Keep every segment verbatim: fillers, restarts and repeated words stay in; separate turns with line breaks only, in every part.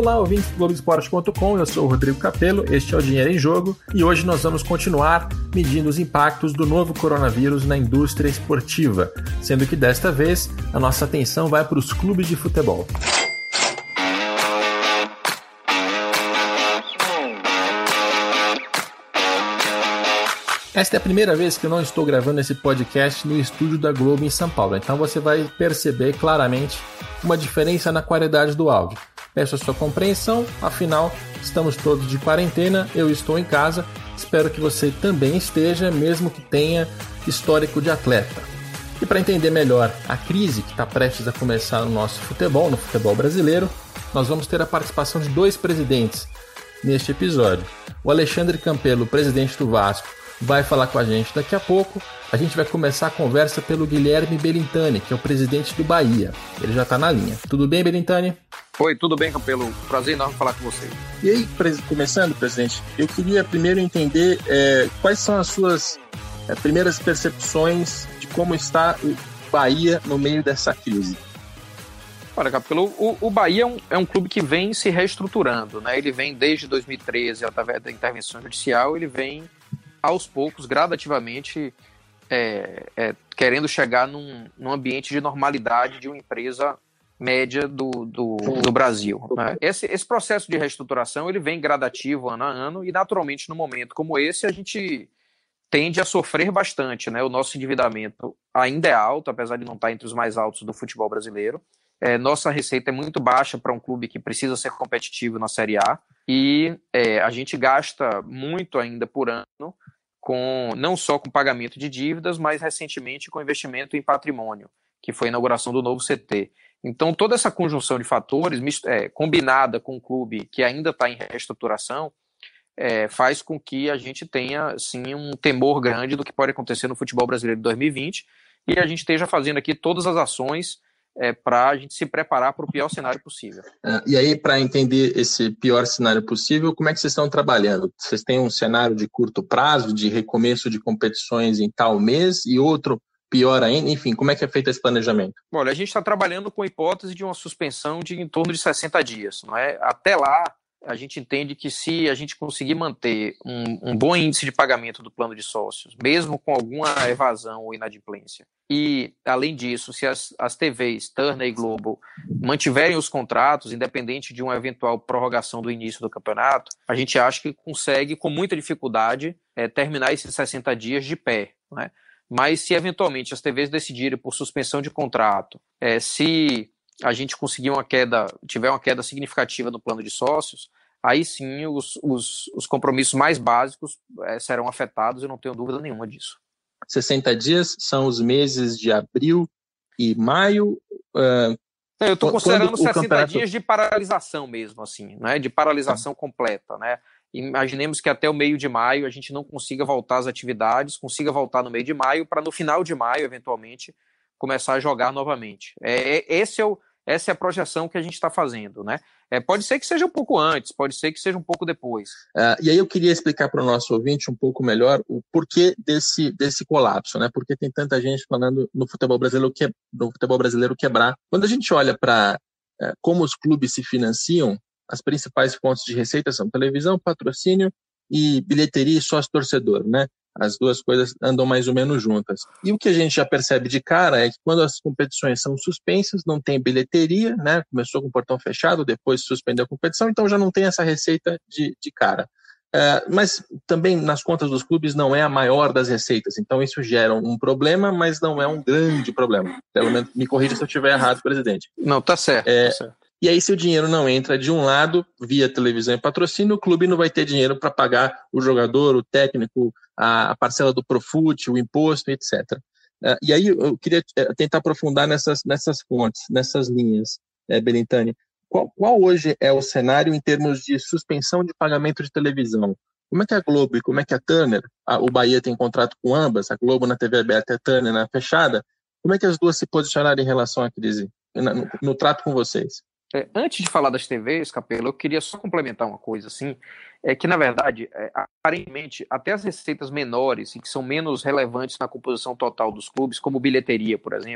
Olá, ouvintes do Globo Esporte ponto com, eu sou o Rodrigo Capello, este é o Dinheiro em Jogo e hoje nós vamos continuar medindo os impactos do novo coronavírus na indústria esportiva, sendo que desta vez a nossa atenção vai para os clubes de futebol. Esta é a primeira vez que eu não estou gravando esse podcast no estúdio da Globo em São Paulo, então você vai perceber claramente uma diferença na qualidade do áudio. Peço a sua compreensão, afinal, estamos todos de quarentena, eu estou em casa, espero que você também esteja, mesmo que tenha histórico de atleta. E para entender melhor a crise que está prestes a começar no nosso futebol, no futebol brasileiro, nós vamos ter a participação de dois presidentes neste episódio. O Alexandre Campelo, presidente do Vasco, vai falar com a gente daqui a pouco. A gente vai começar a conversa pelo Guilherme Belintani, que é o presidente do Bahia. Ele já está na linha. Tudo bem, Belintani?
Oi, tudo bem, Campelo? Prazer enorme falar com você.
E aí, começando, presidente, eu queria primeiro entender é, quais são as suas é, primeiras percepções de como está o Bahia no meio dessa crise.
Olha, Capelo, o, o Bahia é um, é um clube que vem se reestruturando, né? Ele vem desde dois mil e treze, através da intervenção judicial, ele vem aos poucos, gradativamente, é, é, querendo chegar num, num ambiente de normalidade de uma empresa média do, do, do Brasil. Né? Esse, esse processo de reestruturação ele vem gradativo ano a ano e, naturalmente, num momento como esse, a gente tende a sofrer bastante. Né? O nosso endividamento ainda é alto, apesar de não estar entre os mais altos do futebol brasileiro. É, nossa receita é muito baixa para um clube que precisa ser competitivo na Série A e é, a gente gasta muito ainda por ano, com, não só com pagamento de dívidas, mas recentemente com investimento em patrimônio, que foi a inauguração do novo C T. Então, toda essa conjunção de fatores, é, combinada com um clube que ainda está em reestruturação, é, faz com que a gente tenha, sim, um temor grande do que pode acontecer no futebol brasileiro de dois mil e vinte e a gente esteja fazendo aqui todas as ações É, para a gente se preparar para o pior cenário possível.
Uh, e aí, para entender esse pior cenário possível, como é que vocês estão trabalhando? Vocês têm um cenário de curto prazo, de recomeço de competições em tal mês, e outro pior ainda? Enfim, como é que é feito esse planejamento?
Olha, a gente está trabalhando com a hipótese de uma suspensão de em torno de sessenta dias. Não é? Até lá, a gente entende que se a gente conseguir manter um, um bom índice de pagamento do plano de sócios, mesmo com alguma evasão ou inadimplência, e, além disso, se as, as T Vs, Turner e Globo, mantiverem os contratos, independente de uma eventual prorrogação do início do campeonato, a gente acha que consegue, com muita dificuldade, é, terminar esses sessenta dias de pé. Né? Mas se, eventualmente, as T Vs decidirem por suspensão de contrato, é, se a gente conseguir uma queda, tiver uma queda significativa no plano de sócios, aí sim os, os, os compromissos mais básicos é, serão afetados, eu não tenho dúvida nenhuma disso.
sessenta dias são os meses de abril e maio? Uh,
eu estou considerando sessenta
campeonato...
dias de paralisação mesmo, assim, né? De paralisação ah. completa, né? Imaginemos que até o meio de maio a gente não consiga voltar às atividades, consiga voltar no meio de maio, para no final de maio, eventualmente, começar a jogar novamente. É, esse é o, essa é a projeção que a gente está fazendo, né? É, pode ser que seja um pouco antes, pode ser que seja um pouco depois.
Uh, e aí eu queria explicar para o nosso ouvinte um pouco melhor o porquê desse, desse colapso, né? Porque tem tanta gente falando no futebol brasileiro, que, no futebol brasileiro quebrar. Quando a gente olha para uh, como os clubes se financiam, as principais fontes de receita são televisão, patrocínio e bilheteria e sócio-torcedor, né? As duas coisas andam mais ou menos juntas. E o que a gente já percebe de cara é que quando as competições são suspensas, não tem bilheteria, né? Começou com o portão fechado, depois suspendeu a competição, então já não tem essa receita de, de cara. É, mas também nas contas dos clubes não é a maior das receitas, então isso gera um problema, mas não é um grande problema. Pelo menos me corrija se eu estiver errado, presidente.
Não, tá certo,
é,
tá certo.
E aí, se o dinheiro não entra de um lado, via televisão e patrocínio, o clube não vai ter dinheiro para pagar o jogador, o técnico, a, a parcela do Profut, o imposto, etcétera. Uh, e aí, eu queria uh, tentar aprofundar nessas, nessas fontes, nessas linhas, uh, Belintani. Qual, qual hoje é o cenário em termos de suspensão de pagamento de televisão? Como é que a Globo e como é que a Turner, a, o Bahia tem contrato com ambas, a Globo na T V aberta e a Turner na fechada, como é que as duas se posicionaram em relação à crise, no, no, no trato com vocês?
É, antes de falar das T Vs, Capelo, eu queria só complementar uma coisa, assim, é que, na verdade, é, aparentemente, até as receitas menores e que são menos relevantes na composição total dos clubes, como bilheteria, por exemplo,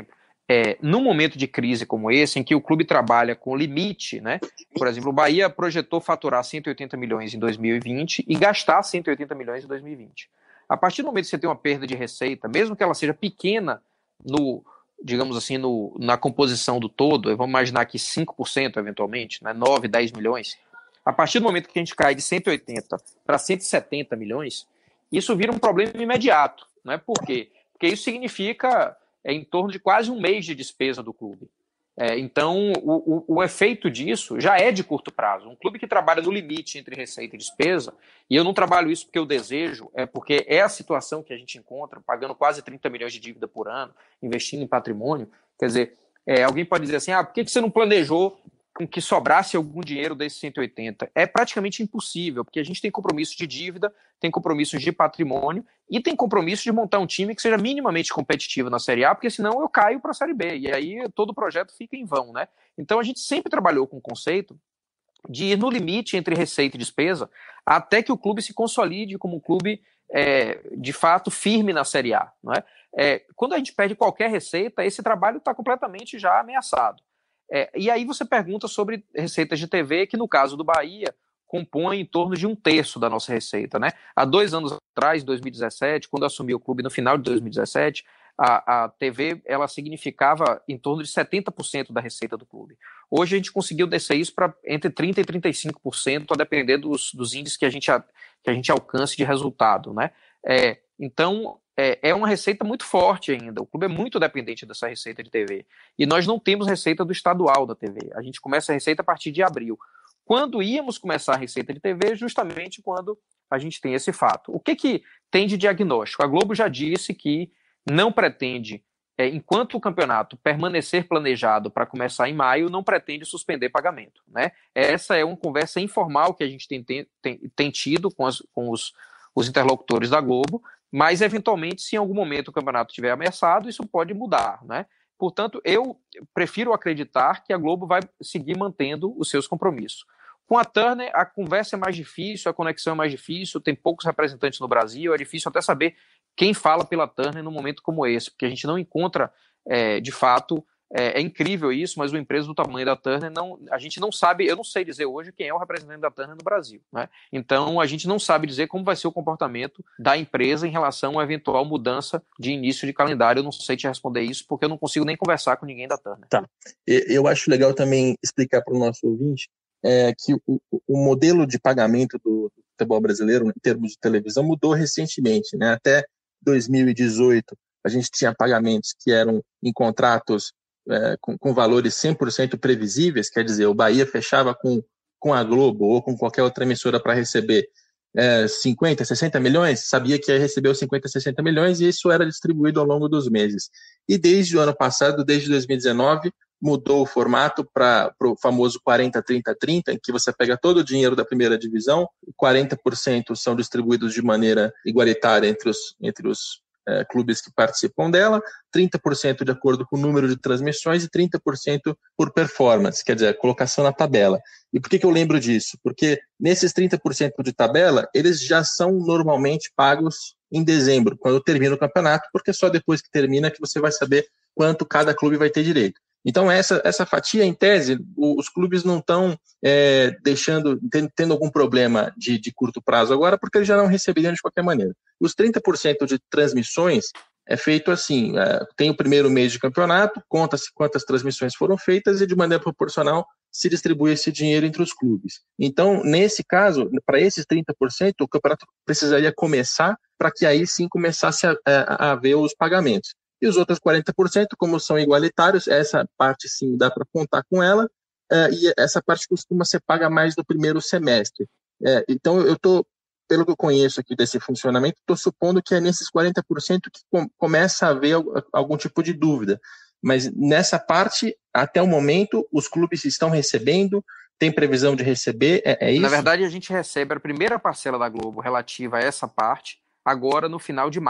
é, num momento de crise como esse, em que o clube trabalha com limite, né? Por exemplo, o Bahia projetou faturar cento e oitenta milhões em dois mil e vinte e gastar cento e oitenta milhões em dois mil e vinte. A partir do momento que você tem uma perda de receita, mesmo que ela seja pequena no, digamos assim, no, na composição do todo, vamos imaginar aqui cinco por cento eventualmente, né, nove, dez milhões, a partir do momento que a gente cai de cento e oitenta para cento e setenta milhões, isso vira um problema imediato, né? Por quê? Porque isso significa é, em torno de quase um mês de despesa do clube. É, então, o, o, o efeito disso já é de curto prazo. Um clube que trabalha no limite entre receita e despesa, e eu não trabalho isso porque eu desejo, é porque é a situação que a gente encontra, pagando quase trinta milhões de dívida por ano, investindo em patrimônio. Quer dizer, é, alguém pode dizer assim, ah, por que, que você não planejou com que sobrasse algum dinheiro desses cento e oitenta? É praticamente impossível, porque a gente tem compromissos de dívida, tem compromissos de patrimônio e tem compromisso de montar um time que seja minimamente competitivo na Série A, porque senão eu caio para a Série B, e aí todo o projeto fica em vão, né? Então a gente sempre trabalhou com o conceito de ir no limite entre receita e despesa até que o clube se consolide como um clube é, de fato firme na Série A, não é? É, quando a gente perde qualquer receita, esse trabalho está completamente já ameaçado. É, e aí você pergunta sobre receitas de T V, que no caso do Bahia compõe em torno de um terço da nossa receita, né? Há dois anos atrás, dois mil e dezessete, quando assumi o clube no final de dois mil e dezessete, a, a T V ela significava em torno de setenta por cento da receita do clube. Hoje a gente conseguiu descer isso para entre trinta por cento e trinta e cinco por cento, a depender dos, dos índices que a, gente, que a gente alcance de resultado, né? É, então, é, é uma receita muito forte ainda. O clube é muito dependente dessa receita de T V. E nós não temos receita do estadual da T V. A gente começa a receita a partir de abril. Quando íamos começar a receita de T V, justamente quando a gente tem esse fato. O que, que tem de diagnóstico? A Globo já disse que não pretende, é, enquanto o campeonato permanecer planejado para começar em maio, não pretende suspender pagamento, né? Essa é uma conversa informal que a gente tem, tem, tem tido com, as, com os, os interlocutores da Globo, mas eventualmente, se em algum momento o campeonato estiver ameaçado, isso pode mudar, né? Portanto, eu prefiro acreditar que a Globo vai seguir mantendo os seus compromissos. Com a Turner, a conversa é mais difícil, a conexão é mais difícil, tem poucos representantes no Brasil, é difícil até saber quem fala pela Turner num momento como esse, porque a gente não encontra, é, de fato, é, é incrível isso, mas uma empresa do tamanho da Turner, não, a gente não sabe, eu não sei dizer hoje quem é o representante da Turner no Brasil, né? Então, a gente não sabe dizer como vai ser o comportamento da empresa em relação a eventual mudança de início de calendário. Eu não sei te responder isso, porque eu não consigo nem conversar com ninguém da Turner.
Tá. Eu acho legal também explicar para o nosso ouvinte é, que o, o modelo de pagamento do futebol brasileiro, em termos de televisão, mudou recentemente, né? Até dois mil e dezoito, a gente tinha pagamentos que eram em contratos é, com, com valores cem por cento previsíveis, quer dizer, o Bahia fechava com, com a Globo ou com qualquer outra emissora para receber é, cinquenta, sessenta milhões, sabia que ia receber os cinquenta, sessenta milhões e isso era distribuído ao longo dos meses. E desde o ano passado, desde dois mil e dezenove, mudou o formato para o famoso quarenta, trinta, trinta, em que você pega todo o dinheiro da primeira divisão, quarenta por cento são distribuídos de maneira igualitária entre os, entre os é, clubes que participam dela, trinta por cento de acordo com o número de transmissões e trinta por cento por performance, quer dizer, colocação na tabela. E por que, que eu lembro disso? Porque nesses trinta por cento de tabela, eles já são normalmente pagos em dezembro, quando termina o campeonato, porque é só depois que termina que você vai saber quanto cada clube vai ter direito. Então, essa, essa fatia, em tese, os clubes não estão é, deixando, tendo, tendo algum problema de, de curto prazo agora, porque eles já não receberiam de qualquer maneira. Os trinta por cento de transmissões é feito assim, é, tem o primeiro mês de campeonato, conta-se quantas transmissões foram feitas e, de maneira proporcional, se distribui esse dinheiro entre os clubes. Então, nesse caso, para esses trinta por cento, o campeonato precisaria começar para que aí sim começasse a, a, a haver os pagamentos. E os outros quarenta por cento, como são igualitários, essa parte sim dá para contar com ela, é, e essa parte costuma ser paga mais no primeiro semestre. É, então, eu estou, pelo que eu conheço aqui desse funcionamento, estou supondo que é nesses quarenta por cento que com, começa a haver algum tipo de dúvida. Mas nessa parte, até o momento, os clubes estão recebendo, tem previsão de receber, é, é isso?
Na verdade, a gente recebe a primeira parcela da Globo relativa a essa parte agora no final de março.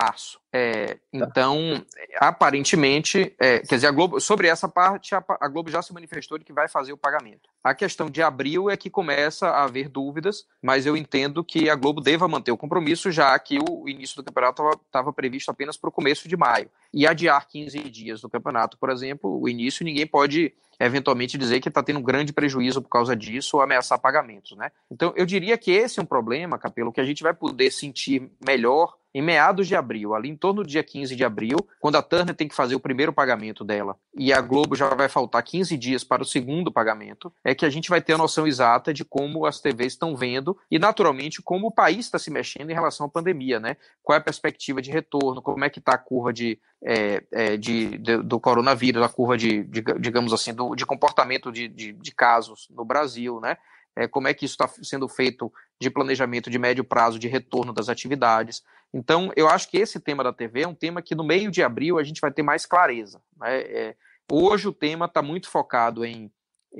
É, então, aparentemente, é, quer dizer, a Globo, sobre essa parte, a, a Globo já se manifestou de que vai fazer o pagamento. A questão de abril é que começa a haver dúvidas, mas eu entendo que a Globo deva manter o compromisso, já que o início do campeonato estava previsto apenas para o começo de maio. E adiar quinze dias do campeonato, por exemplo, o início, ninguém pode eventualmente dizer que está tendo um grande prejuízo por causa disso ou ameaçar pagamentos, né? Então, eu diria que esse é um problema, Capelo, que a gente vai poder sentir melhor em meados de abril, ali em torno do dia quinze de abril, quando a Turner tem que fazer o primeiro pagamento dela e a Globo já vai faltar quinze dias para o segundo pagamento, é que a gente vai ter a noção exata de como as T Vs estão vendo e, naturalmente, como o país está se mexendo em relação à pandemia, né? Qual é a perspectiva de retorno, como é que está a curva de, é, é, de, de, do coronavírus, a curva de, de digamos assim, do, de comportamento de, de, de casos no Brasil, né? É, como é que isso está sendo feito de planejamento de médio prazo de retorno das atividades. Então, eu acho que esse tema da T V é um tema que no meio de abril a gente vai ter mais clareza, né? É, hoje o tema está muito focado em,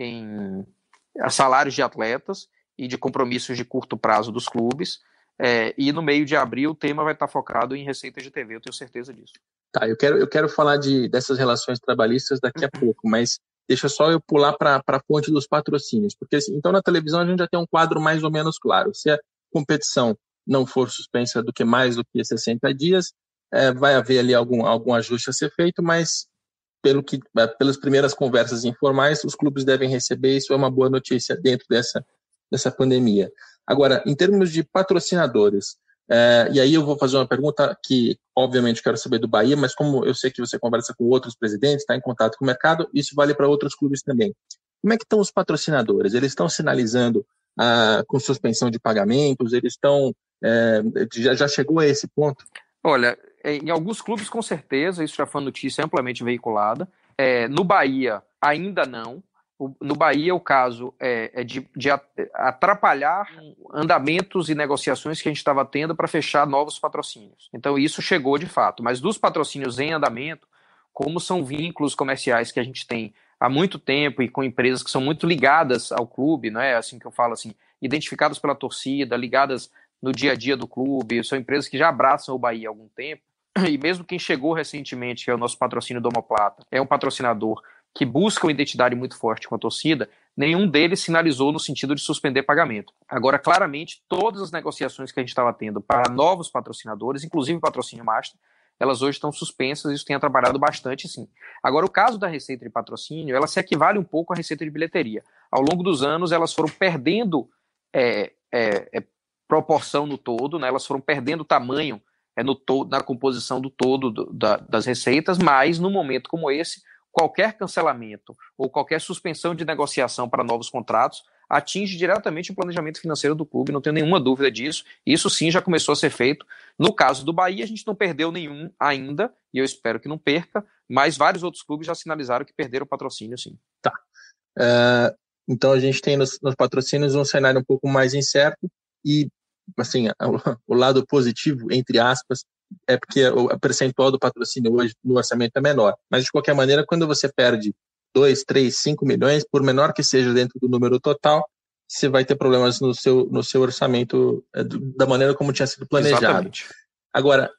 em salários de atletas e de compromissos de curto prazo dos clubes, é, e no meio de abril o tema vai estar tá focado em receitas de T V, eu tenho certeza disso.
Tá, eu quero, eu quero falar de, dessas relações trabalhistas daqui a pouco, mas deixa só eu pular para a ponte dos patrocínios, porque assim, então na televisão a gente já tem um quadro mais ou menos claro. Se a competição não for suspensa do que mais do que sessenta dias, é, vai haver ali algum, algum ajuste a ser feito, mas pelo que, pelas primeiras conversas informais, os clubes devem receber, isso é uma boa notícia dentro dessa, dessa pandemia. Agora, em termos de patrocinadores, é, e aí eu vou fazer uma pergunta que, obviamente, quero saber do Bahia, mas como eu sei que você conversa com outros presidentes, está em contato com o mercado, isso vale para outros clubes também. Como é que estão os patrocinadores? Eles estão sinalizando ah, com suspensão de pagamentos? Eles estão... É, já, já chegou a esse ponto?
Olha, em alguns clubes, com certeza, isso já foi uma notícia amplamente veiculada. É, no Bahia, ainda não. O, no Bahia, o caso é, é de, de atrapalhar andamentos e negociações que a gente estava tendo para fechar novos patrocínios. Então, isso chegou de fato. Mas dos patrocínios em andamento, como são vínculos comerciais que a gente tem há muito tempo e com empresas que são muito ligadas ao clube, não é assim que eu falo, assim, identificadas pela torcida, ligadas no dia a dia do clube, são empresas que já abraçam o Bahia há algum tempo, e mesmo quem chegou recentemente, que é o nosso patrocínio do Omoplata, é um patrocinador que busca uma identidade muito forte com a torcida, nenhum deles sinalizou no sentido de suspender pagamento. Agora, claramente, todas as negociações que a gente estava tendo para novos patrocinadores, inclusive o patrocínio Master, elas hoje estão suspensas, isso tem atrapalhado bastante, sim. Agora, o caso da receita de patrocínio, ela se equivale um pouco à receita de bilheteria. Ao longo dos anos, elas foram perdendo é, é, é, proporção no todo, né? Elas foram perdendo tamanho é, no to- na composição do todo do, da, das receitas, mas num momento como esse, qualquer cancelamento ou qualquer suspensão de negociação para novos contratos atinge diretamente o planejamento financeiro do clube, não tenho nenhuma dúvida disso. Isso sim já começou a ser feito. No caso do Bahia, a gente não perdeu nenhum ainda, e eu espero que não perca, mas vários outros clubes já sinalizaram que perderam o patrocínio, sim.
Tá. Uh, então a gente tem nos, nos patrocínios um cenário um pouco mais incerto e, assim, o, o lado positivo, entre aspas, é porque o percentual do patrocínio hoje no orçamento é menor. Mas, de qualquer maneira, quando você perde dois, três, cinco milhões, por menor que seja dentro do número total, você vai ter problemas no seu, no seu orçamento é, do, da maneira como tinha sido planejado.
Exatamente.
Agora,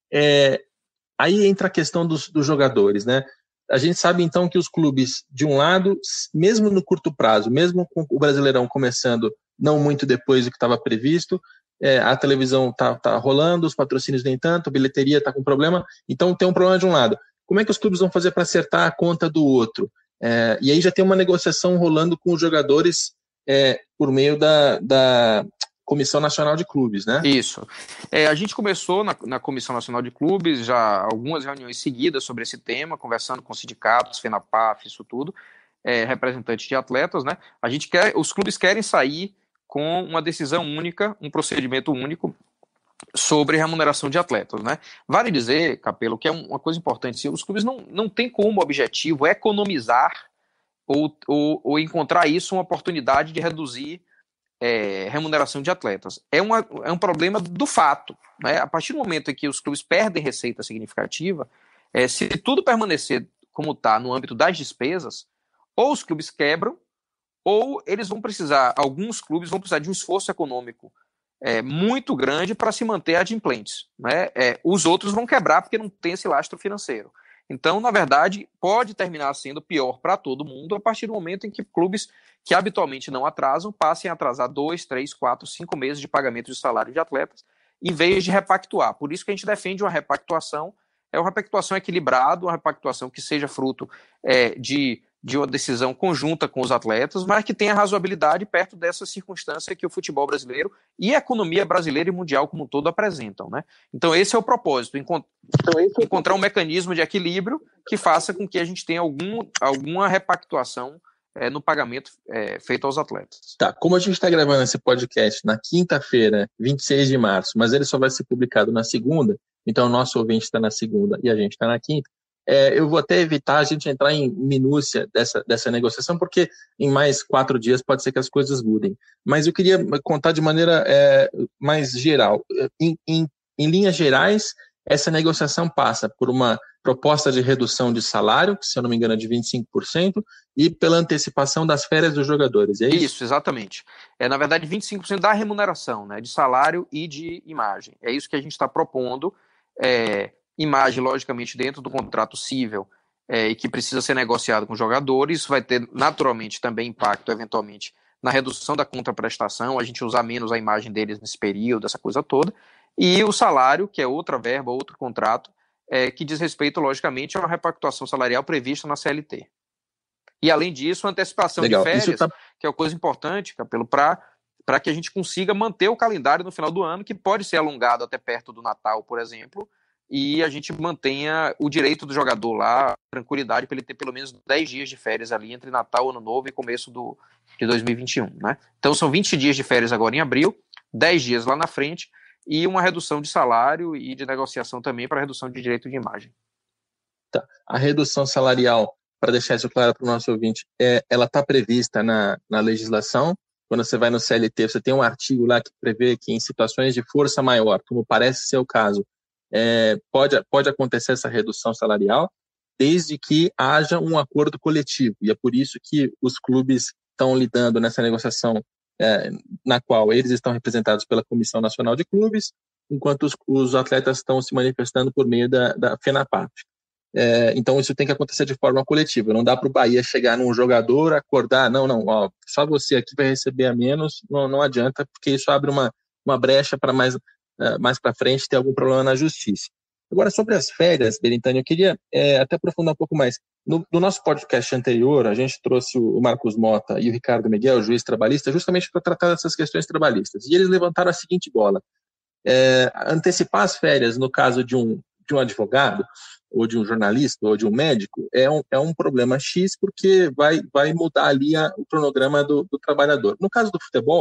é, aí entra a questão dos, dos jogadores, né? A gente sabe, então, que os clubes, de um lado, mesmo no curto prazo, mesmo com o Brasileirão começando não muito depois do que estava previsto, é, a televisão está tá rolando, os patrocínios nem tanto, a bilheteria está com problema, então tem um problema de um lado. Como é que os clubes vão fazer para acertar a conta do outro? É, e aí já tem uma negociação rolando com os jogadores é, por meio da, da Comissão Nacional de Clubes, né?
Isso. É, a gente começou na, na Comissão Nacional de Clubes já algumas reuniões seguidas sobre esse tema, conversando com sindicatos, FENAPAF, isso tudo, é, representantes de atletas, né? A gente quer, os clubes querem sair com uma decisão única, um procedimento único sobre remuneração de atletas, né? Vale dizer, Capelo, que é uma coisa importante, se os clubes não, não têm como objetivo economizar ou, ou, ou encontrar isso uma oportunidade de reduzir é, remuneração de atletas. É, uma, é um problema do fato, né? A partir do momento em que os clubes perdem receita significativa, é, se tudo permanecer como está no âmbito das despesas, ou os clubes quebram, ou eles vão precisar, alguns clubes vão precisar de um esforço econômico é, muito grande para se manter adimplentes, né? É, os outros vão quebrar porque não tem esse lastro financeiro. Então, na verdade, pode terminar sendo pior para todo mundo a partir do momento em que clubes que habitualmente não atrasam passem a atrasar dois, três, quatro, cinco meses de pagamento de salário de atletas, em vez de repactuar. Por isso que a gente defende uma repactuação, é uma repactuação equilibrada, uma repactuação que seja fruto é, de, de uma decisão conjunta com os atletas, mas que tenha razoabilidade perto dessa circunstância que o futebol brasileiro e a economia brasileira e mundial como um todo apresentam, né? Então esse é o propósito, encont- então, esse é encontrar um mecanismo de equilíbrio que faça com que a gente tenha algum, alguma repactuação é, no pagamento é, feito aos atletas.
Tá, como a gente está gravando esse podcast na quinta-feira, vinte e seis de março, mas ele só vai ser publicado na segunda, então o nosso ouvinte está na segunda e a gente está na quinta, é, eu vou até evitar a gente entrar em minúcia dessa, dessa negociação, porque em mais quatro dias pode ser que as coisas mudem. Mas eu queria contar de maneira é, mais geral. Em, em, em linhas gerais, essa negociação passa por uma proposta de redução de salário, que se eu não me engano é de vinte e cinco por cento, e pela antecipação das férias dos jogadores, é isso?
Isso, exatamente. É, na verdade, vinte e cinco por cento da remuneração, né, de salário e de imagem. É isso que a gente está propondo. É, imagem, logicamente, dentro do contrato cível é, e que precisa ser negociado com os jogadores. Isso vai ter, naturalmente, também impacto, eventualmente, na redução da contraprestação, a gente usar menos a imagem deles nesse período, essa coisa toda. E o salário, que é outra verba, outro contrato, é, que diz respeito, logicamente, a uma repactuação salarial prevista na C L T. E, além disso, a antecipação Legal. de férias, tá... que é uma coisa importante, Capelo, para que a gente consiga manter o calendário no final do ano, que pode ser alongado até perto do Natal, por exemplo, e a gente mantenha o direito do jogador lá, tranquilidade, para ele ter pelo menos dez dias de férias ali entre Natal, Ano Novo e começo do, de dois mil e vinte e um. Né? Então, são vinte dias de férias agora em abril, dez dias lá na frente, e uma redução de salário e de negociação também para redução de direito de imagem.
Tá. A redução salarial, para deixar isso claro para o nosso ouvinte, é, ela está prevista na, na legislação. Quando você vai no C L T, você tem um artigo lá que prevê que em situações de força maior, como parece ser o caso, é, pode, pode acontecer essa redução salarial, desde que haja um acordo coletivo. E é por isso que os clubes estão lidando nessa negociação é, na qual eles estão representados pela Comissão Nacional de Clubes, enquanto os, os atletas estão se manifestando por meio da, da FENAPAP. É, então isso tem que acontecer de forma coletiva. Não dá para o Bahia chegar num jogador, acordar, não, não, ó, só você aqui vai receber a menos, não, não adianta, porque isso abre uma, uma brecha para mais, uh, mais para frente ter algum problema na justiça. Agora, sobre as férias, Berintani, eu queria é, até aprofundar um pouco mais. No, no nosso podcast anterior, a gente trouxe o Marcos Mota e o Ricardo Miguel, juiz trabalhista, justamente para tratar dessas questões trabalhistas. E eles levantaram a seguinte bola. É, antecipar as férias, no caso de um, de um advogado, ou de um jornalista, ou de um médico, é um, é um problema X, porque vai, vai mudar ali a, o cronograma do, do trabalhador. No caso do futebol,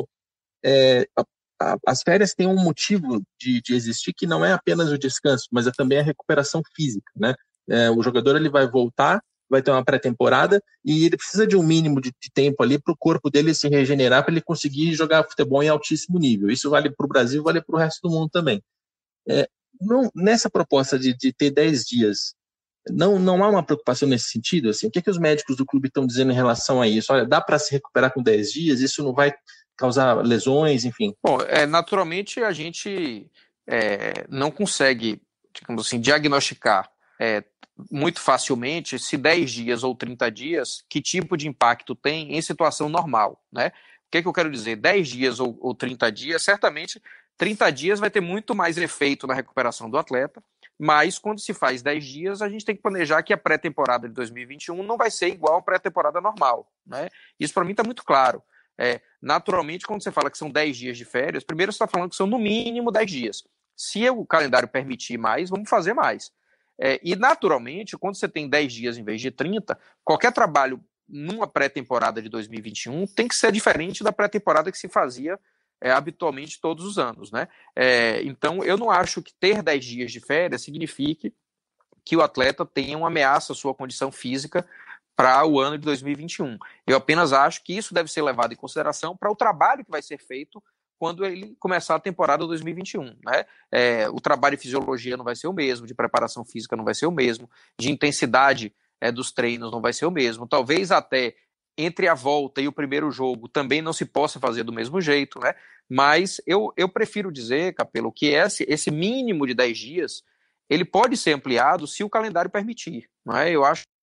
é, a, a, as férias têm um motivo de, de existir que não é apenas o descanso, mas é também a recuperação física, né? É, o jogador ele vai voltar, vai ter uma pré-temporada e ele precisa de um mínimo de, de tempo ali para o corpo dele se regenerar, para ele conseguir jogar futebol em altíssimo nível. Isso vale para o Brasil, vale para o resto do mundo também. É, não, nessa proposta de, de ter dez dias, não, não há uma preocupação nesse sentido? Assim, o que, é que os médicos do clube estão dizendo em relação a isso? Olha, dá para se recuperar com dez dias? Isso não vai causar lesões, enfim?
Bom, é, naturalmente a gente é, não consegue, digamos assim, diagnosticar é, muito facilmente se dez dias ou trinta dias, que tipo de impacto tem em situação normal, né? O que, é que eu quero dizer? dez dias ou, ou trinta dias, certamente trinta dias vai ter muito mais efeito na recuperação do atleta, mas quando se faz dez dias, a gente tem que planejar que a pré-temporada de dois mil e vinte e um não vai ser igual à pré-temporada normal, né? Isso para mim está muito claro. É, naturalmente, quando você fala que são dez dias de férias, primeiro você está falando que são no mínimo dez dias. Se o calendário permitir mais, vamos fazer mais. É, e naturalmente, quando você tem dez dias em vez de trinta, qualquer trabalho numa pré-temporada de dois mil e vinte e um tem que ser diferente da pré-temporada que se fazia é, habitualmente todos os anos, né? É, então, eu não acho que ter dez dias de férias signifique que o atleta tenha uma ameaça à sua condição física para o ano de dois mil e vinte e um. Eu apenas acho que isso deve ser levado em consideração para o trabalho que vai ser feito quando ele começar a temporada dois mil e vinte e um. Né? É, o trabalho de fisiologia não vai ser o mesmo, de preparação física não vai ser o mesmo, de intensidade é, dos treinos não vai ser o mesmo. Talvez até entre a volta e o primeiro jogo também não se possa fazer do mesmo jeito, né? Mas eu, eu prefiro dizer, Capelo, que esse, esse mínimo de dez dias ele pode ser ampliado se o calendário permitir. Não é? Eu acho que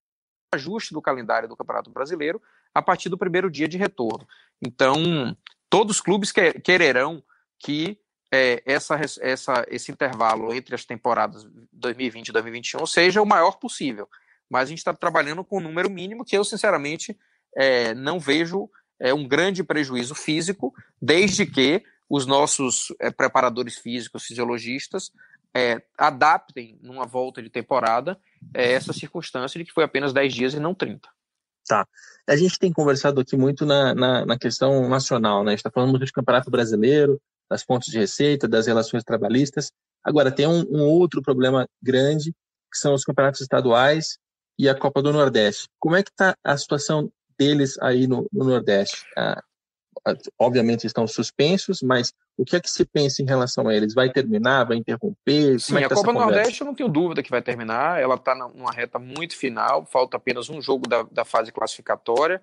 o ajuste do calendário do Campeonato Brasileiro a partir do primeiro dia de retorno. Então, todos os clubes que, quererão que é, essa, essa, esse intervalo entre as temporadas dois mil e vinte e dois mil e vinte e um seja o maior possível. Mas a gente está trabalhando com um número mínimo que eu, sinceramente, é, não vejo é, um grande prejuízo físico, desde que os nossos é, preparadores físicos, fisiologistas, é, adaptem, numa volta de temporada, é, essa circunstância de que foi apenas dez dias e não trinta.
Tá. A gente tem conversado aqui muito na, na, na questão nacional, né? A gente está falando muito de Campeonato Brasileiro, das fontes de receita, das relações trabalhistas. Agora, tem um, um outro problema grande, que são os campeonatos estaduais e a Copa do Nordeste. Como é que está a situação deles aí no, no Nordeste? Ah, obviamente estão suspensos, mas o que é que se pensa em relação a eles? Vai terminar? Vai interromper?
Sim,
é
a
tá
Copa do Nordeste eu não tenho dúvida que vai terminar. Ela está numa reta muito final, falta apenas um jogo da, da fase classificatória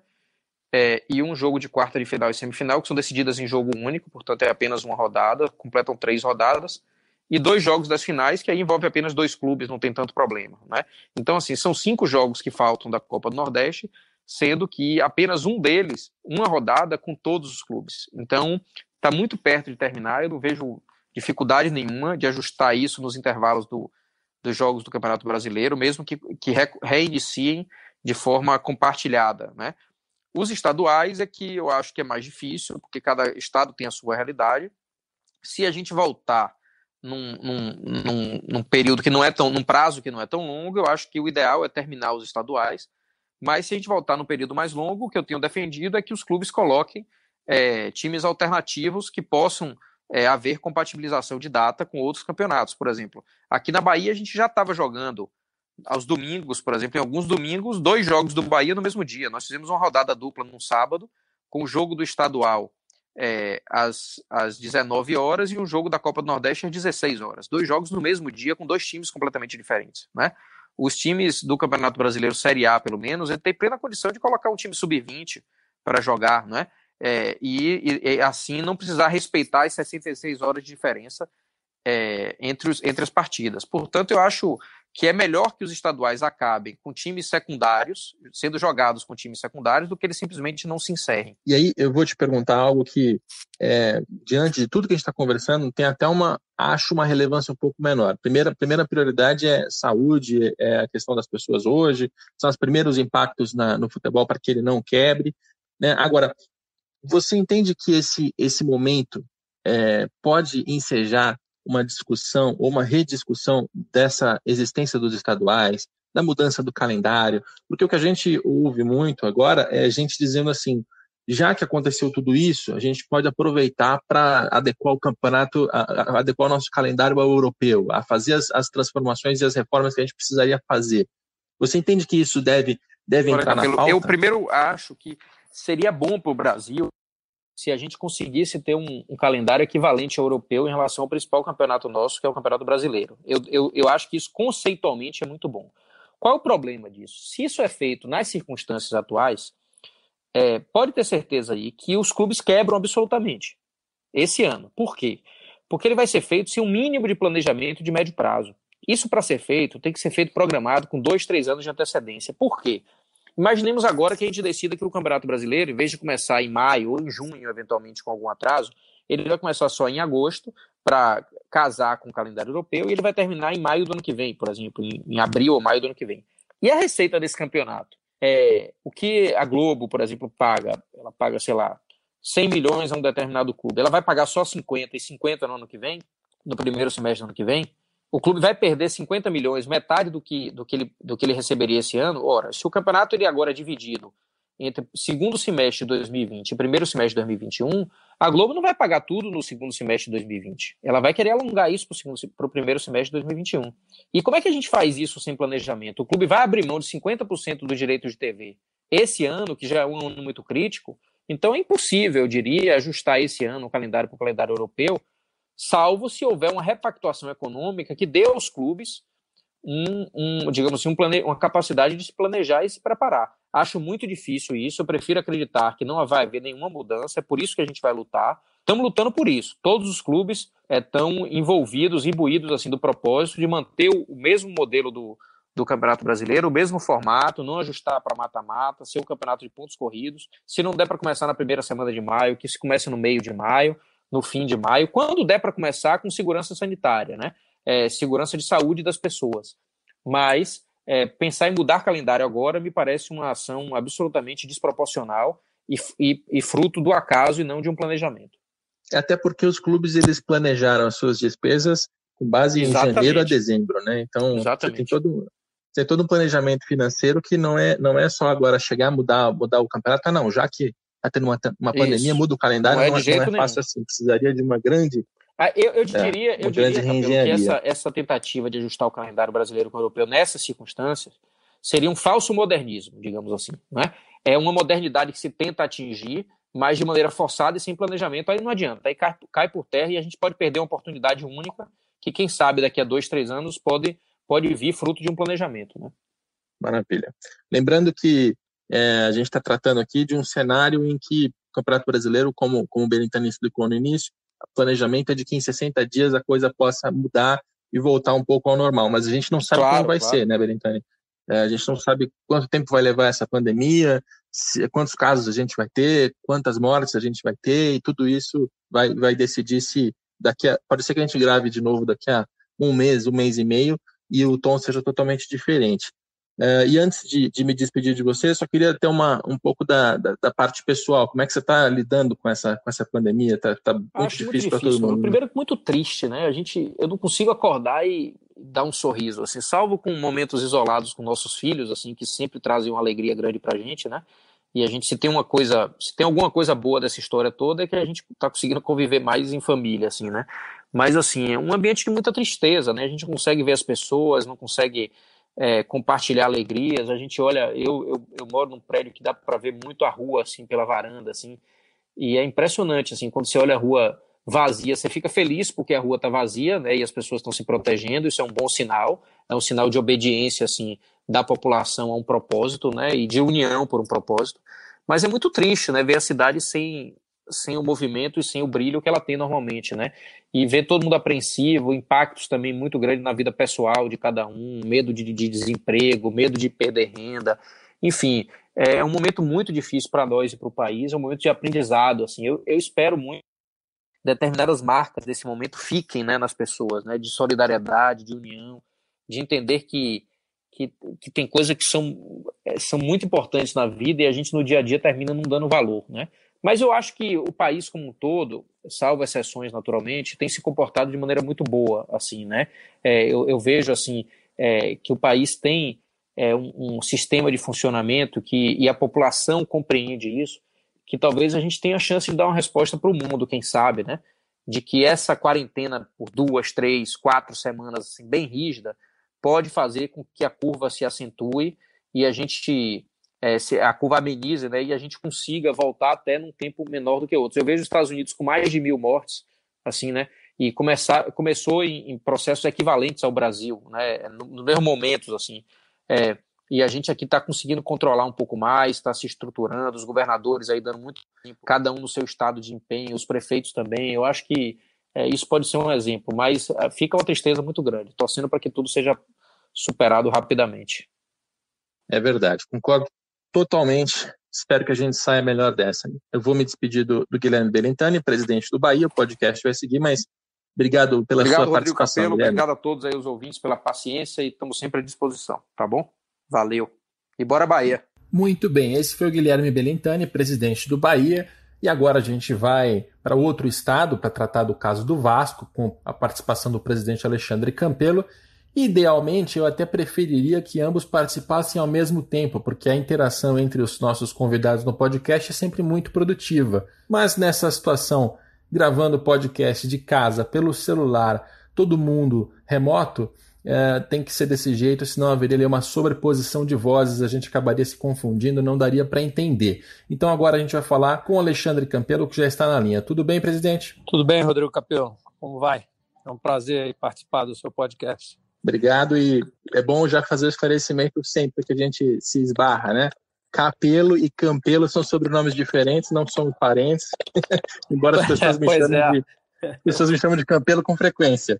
é, e um jogo de quarta de final e semifinal, que são decididas em jogo único, portanto é apenas uma rodada, completam três rodadas, e dois jogos das finais, que aí envolve apenas dois clubes, não tem tanto problema, né? Então, assim, são cinco jogos que faltam da Copa do Nordeste, sendo que apenas um deles, uma rodada com todos os clubes. Então, está muito perto de terminar, eu não vejo dificuldade nenhuma de ajustar isso nos intervalos do, dos jogos do Campeonato Brasileiro, mesmo que, que re, reiniciem de forma compartilhada, né? Os estaduais é que eu acho que é mais difícil, porque cada estado tem a sua realidade. Se a gente voltar num, num, num, num período que não é tão, num prazo que não é tão longo, eu acho que o ideal é terminar os estaduais. Mas se a gente voltar num período mais longo, o que eu tenho defendido é que os clubes coloquem é, times alternativos que possam é, haver compatibilização de data com outros campeonatos. Por exemplo, aqui na Bahia a gente já estava jogando aos domingos, por exemplo, em alguns domingos, dois jogos do Bahia no mesmo dia. Nós fizemos uma rodada dupla num sábado, com o jogo do estadual é, às, às dezenove horas e um jogo da Copa do Nordeste às dezesseis horas. Dois jogos no mesmo dia, com dois times completamente diferentes, né? Os times do Campeonato Brasileiro Série A, pelo menos, ele tem plena condição de colocar um time sub vinte para jogar, né? É, e, e assim não precisar respeitar as sessenta e seis horas de diferença é, entre, os, entre as partidas. Portanto, eu acho que é melhor que os estaduais acabem com times secundários, sendo jogados com times secundários, do que eles simplesmente não se encerrem.
E aí eu vou te perguntar algo que, é, diante de tudo que a gente está conversando, tem até uma, acho uma relevância um pouco menor. Primeira, primeira prioridade é saúde, é a questão das pessoas hoje, são os primeiros impactos na, no futebol para que ele não quebre, né? Agora, você entende que esse, esse momento é, pode ensejar uma discussão ou uma rediscussão dessa existência dos estaduais, da mudança do calendário? Porque o que a gente ouve muito agora é a gente dizendo assim, já que aconteceu tudo isso, a gente pode aproveitar para adequar o campeonato, a, a, adequar o nosso calendário ao europeu, a fazer as, as transformações e as reformas que a gente precisaria fazer. Você entende que isso deve, deve
Agora,
entrar
Capelo,
na pauta?
Eu primeiro acho que seria bom para o Brasil se a gente conseguisse ter um, um calendário equivalente ao europeu em relação ao principal campeonato nosso, que é o Campeonato Brasileiro. Eu, eu, eu acho que isso conceitualmente é muito bom. Qual é o problema disso? Se isso é feito nas circunstâncias atuais, é, pode ter certeza aí que os clubes quebram absolutamente esse ano. Por quê? Porque ele vai ser feito sem um mínimo de planejamento de médio prazo. Isso, para ser feito, tem que ser feito programado com dois, três anos de antecedência. Por quê? Imaginemos agora que a gente decida que o Campeonato Brasileiro, em vez de começar em maio ou em junho, eventualmente com algum atraso, ele vai começar só em agosto para casar com o calendário europeu e ele vai terminar em maio do ano que vem, por exemplo, em abril ou maio do ano que vem. E a receita desse campeonato? É, o que a Globo, por exemplo, paga? Ela paga, sei lá, cem milhões a um determinado clube. Ela vai pagar só cinquenta e cinquenta no ano que vem? No primeiro semestre do ano que vem? O clube vai perder cinquenta milhões, metade do que, do, que ele, do que ele receberia esse ano. Ora, se o campeonato ele agora é dividido entre segundo semestre de dois mil e vinte e primeiro semestre de dois mil e vinte e um, a Globo não vai pagar tudo no segundo semestre de dois mil e vinte. Ela vai querer alongar isso para o primeiro semestre de dois mil e vinte e um. E como é que a gente faz isso sem planejamento? O clube vai abrir mão de cinquenta por cento do direito de T V esse ano, que já é um ano muito crítico. Então é impossível, eu diria, ajustar esse ano o calendário para o calendário europeu, salvo se houver uma repactuação econômica que dê aos clubes um, um, digamos assim, um plane... uma capacidade de se planejar e se preparar. Acho muito difícil isso, eu prefiro acreditar que não vai haver nenhuma mudança, é por isso que a gente vai lutar. Estamos lutando por isso. Todos os clubes estão é, envolvidos, imbuídos assim, do propósito de manter o, o mesmo modelo do, do Campeonato Brasileiro, o mesmo formato, não ajustar para mata-mata, ser um campeonato de pontos corridos. Se não der para começar na primeira semana de maio, que se comece no meio de maio, no fim de maio, quando der para começar com segurança sanitária, né? É, segurança de saúde das pessoas. Mas é, pensar em mudar calendário agora me parece uma ação absolutamente desproporcional e, e, e fruto do acaso e não de um planejamento.
Até porque os clubes eles planejaram as suas despesas com base Exatamente. Em janeiro a dezembro, né? Então você tem todo, tem todo um planejamento financeiro que não é, não é só agora chegar, mudar, mudar o campeonato. Ah, não, já que está tendo uma, uma pandemia,
Isso.
muda o calendário,
não é,
não,
de
é, não é
nenhum.
fácil assim. Precisaria de uma grande...
Ah, eu, eu diria,
é,
eu diria Capelo, que essa, essa tentativa de ajustar o calendário brasileiro com o europeu nessas circunstâncias seria um falso modernismo, digamos assim. Né? É uma modernidade que se tenta atingir, mas de maneira forçada e sem planejamento. Aí não adianta, aí cai, cai por terra e a gente pode perder uma oportunidade única que, quem sabe, daqui a dois, três anos pode, pode vir fruto de um planejamento. Né?
Maravilha. Lembrando que é, a gente está tratando aqui de um cenário em que o Campeonato Brasileiro, como, como o Belintani explicou no início, o planejamento é de que em sessenta dias a coisa possa mudar e voltar um pouco ao normal, mas a gente não sabe
claro,
como vai
claro.
ser, né, Belintani? É, a gente não sabe quanto tempo vai levar essa pandemia, se, quantos casos a gente vai ter, quantas mortes a gente vai ter, e tudo isso vai, vai decidir se daqui a... Pode ser que a gente grave de novo daqui a um mês, um mês e meio, e o tom seja totalmente diferente. Uh, e antes de, de me despedir de você, só queria ter uma, um pouco da, da, da parte pessoal. Como é que você está lidando com essa, com essa pandemia? Está tá muito
Acho
difícil
para
todo mundo.
Primeiro, muito triste, né? A gente, eu não consigo acordar e dar um sorriso, assim, salvo com momentos isolados com nossos filhos, assim, que sempre trazem uma alegria grande para a gente, né? E a gente, se tem uma coisa, se tem alguma coisa boa dessa história toda, é que a gente está conseguindo conviver mais em família, assim, né? Mas, assim, é um ambiente de muita tristeza, né? A gente não consegue ver as pessoas, não consegue É, compartilhar alegrias. A gente olha, eu, eu, eu moro num prédio que dá para ver muito a rua assim pela varanda, assim, e é impressionante assim, quando você olha a rua vazia, você fica feliz porque a rua está vazia, né, e as pessoas estão se protegendo. Isso é um bom sinal, é um sinal de obediência assim da população a um propósito, né, e de união por um propósito. Mas é muito triste, né, ver a cidade sem sem o movimento e sem o brilho que ela tem normalmente, né? E ver todo mundo apreensivo, impactos também muito grandes na vida pessoal de cada um, medo de, de desemprego, medo de perder renda, enfim, é um momento muito difícil para nós e para o país, é um momento de aprendizado, assim, eu, eu espero muito que determinadas marcas desse momento fiquem, né, nas pessoas, né, de solidariedade, de união, de entender que, que, que tem coisas que são, são muito importantes na vida e a gente no dia a dia termina não dando valor, né? Mas eu acho que o país como um todo, salvo exceções naturalmente, tem se comportado de maneira muito boa, assim, né? É, eu, eu vejo assim é, que o país tem é, um, um sistema de funcionamento que, e a população compreende isso, que talvez a gente tenha a chance de dar uma resposta para o mundo, quem sabe, né? De que essa quarentena por duas, três, quatro semanas assim, bem rígida pode fazer com que a curva se acentue e a gente... É, a curva amenize, né, e a gente consiga voltar até num tempo menor do que outros. Eu vejo os Estados Unidos com mais de mil mortes, assim, né, e começar, começou em, em processos equivalentes ao Brasil, né, nos no mesmos momentos, assim, é, e a gente aqui está conseguindo controlar um pouco mais, está se estruturando, os governadores aí dando muito tempo, cada um no seu estado de empenho, os prefeitos também. Eu acho que é, isso pode ser um exemplo, mas é, fica uma tristeza muito grande, torcendo para que tudo seja superado rapidamente.
É verdade, concordo totalmente. Espero que a gente saia melhor dessa. Eu vou me despedir do, do Guilherme Belintani, presidente do Bahia. O podcast vai seguir, mas obrigado pela
obrigado,
sua
Rodrigo
participação.
Capello,
Guilherme.
obrigado a todos aí os ouvintes pela paciência e estamos sempre à disposição, tá bom? Valeu. E bora Bahia.
Muito bem, esse foi o Guilherme Belintani, presidente do Bahia. E agora a gente vai para outro estado para tratar do caso do Vasco, com a participação do presidente Alexandre Campelo. Idealmente, eu até preferiria que ambos participassem ao mesmo tempo, porque a interação entre os nossos convidados no podcast é sempre muito produtiva. Mas nessa situação, gravando o podcast de casa, pelo celular, todo mundo remoto, é, tem que ser desse jeito, senão haveria ali uma sobreposição de vozes, a gente acabaria se confundindo, não daria para entender. Então agora a gente vai falar com o Alexandre Campelo, que já está na linha. Tudo bem, presidente?
Tudo bem, Rodrigo Capello. Como vai? É um prazer participar do seu podcast.
Obrigado, e é bom já fazer o esclarecimento sempre que a gente se esbarra, né? Capello e Campelo são sobrenomes diferentes, não são parentes, embora as pessoas me, chamem
é.
de, pessoas me chamem de Campelo com frequência.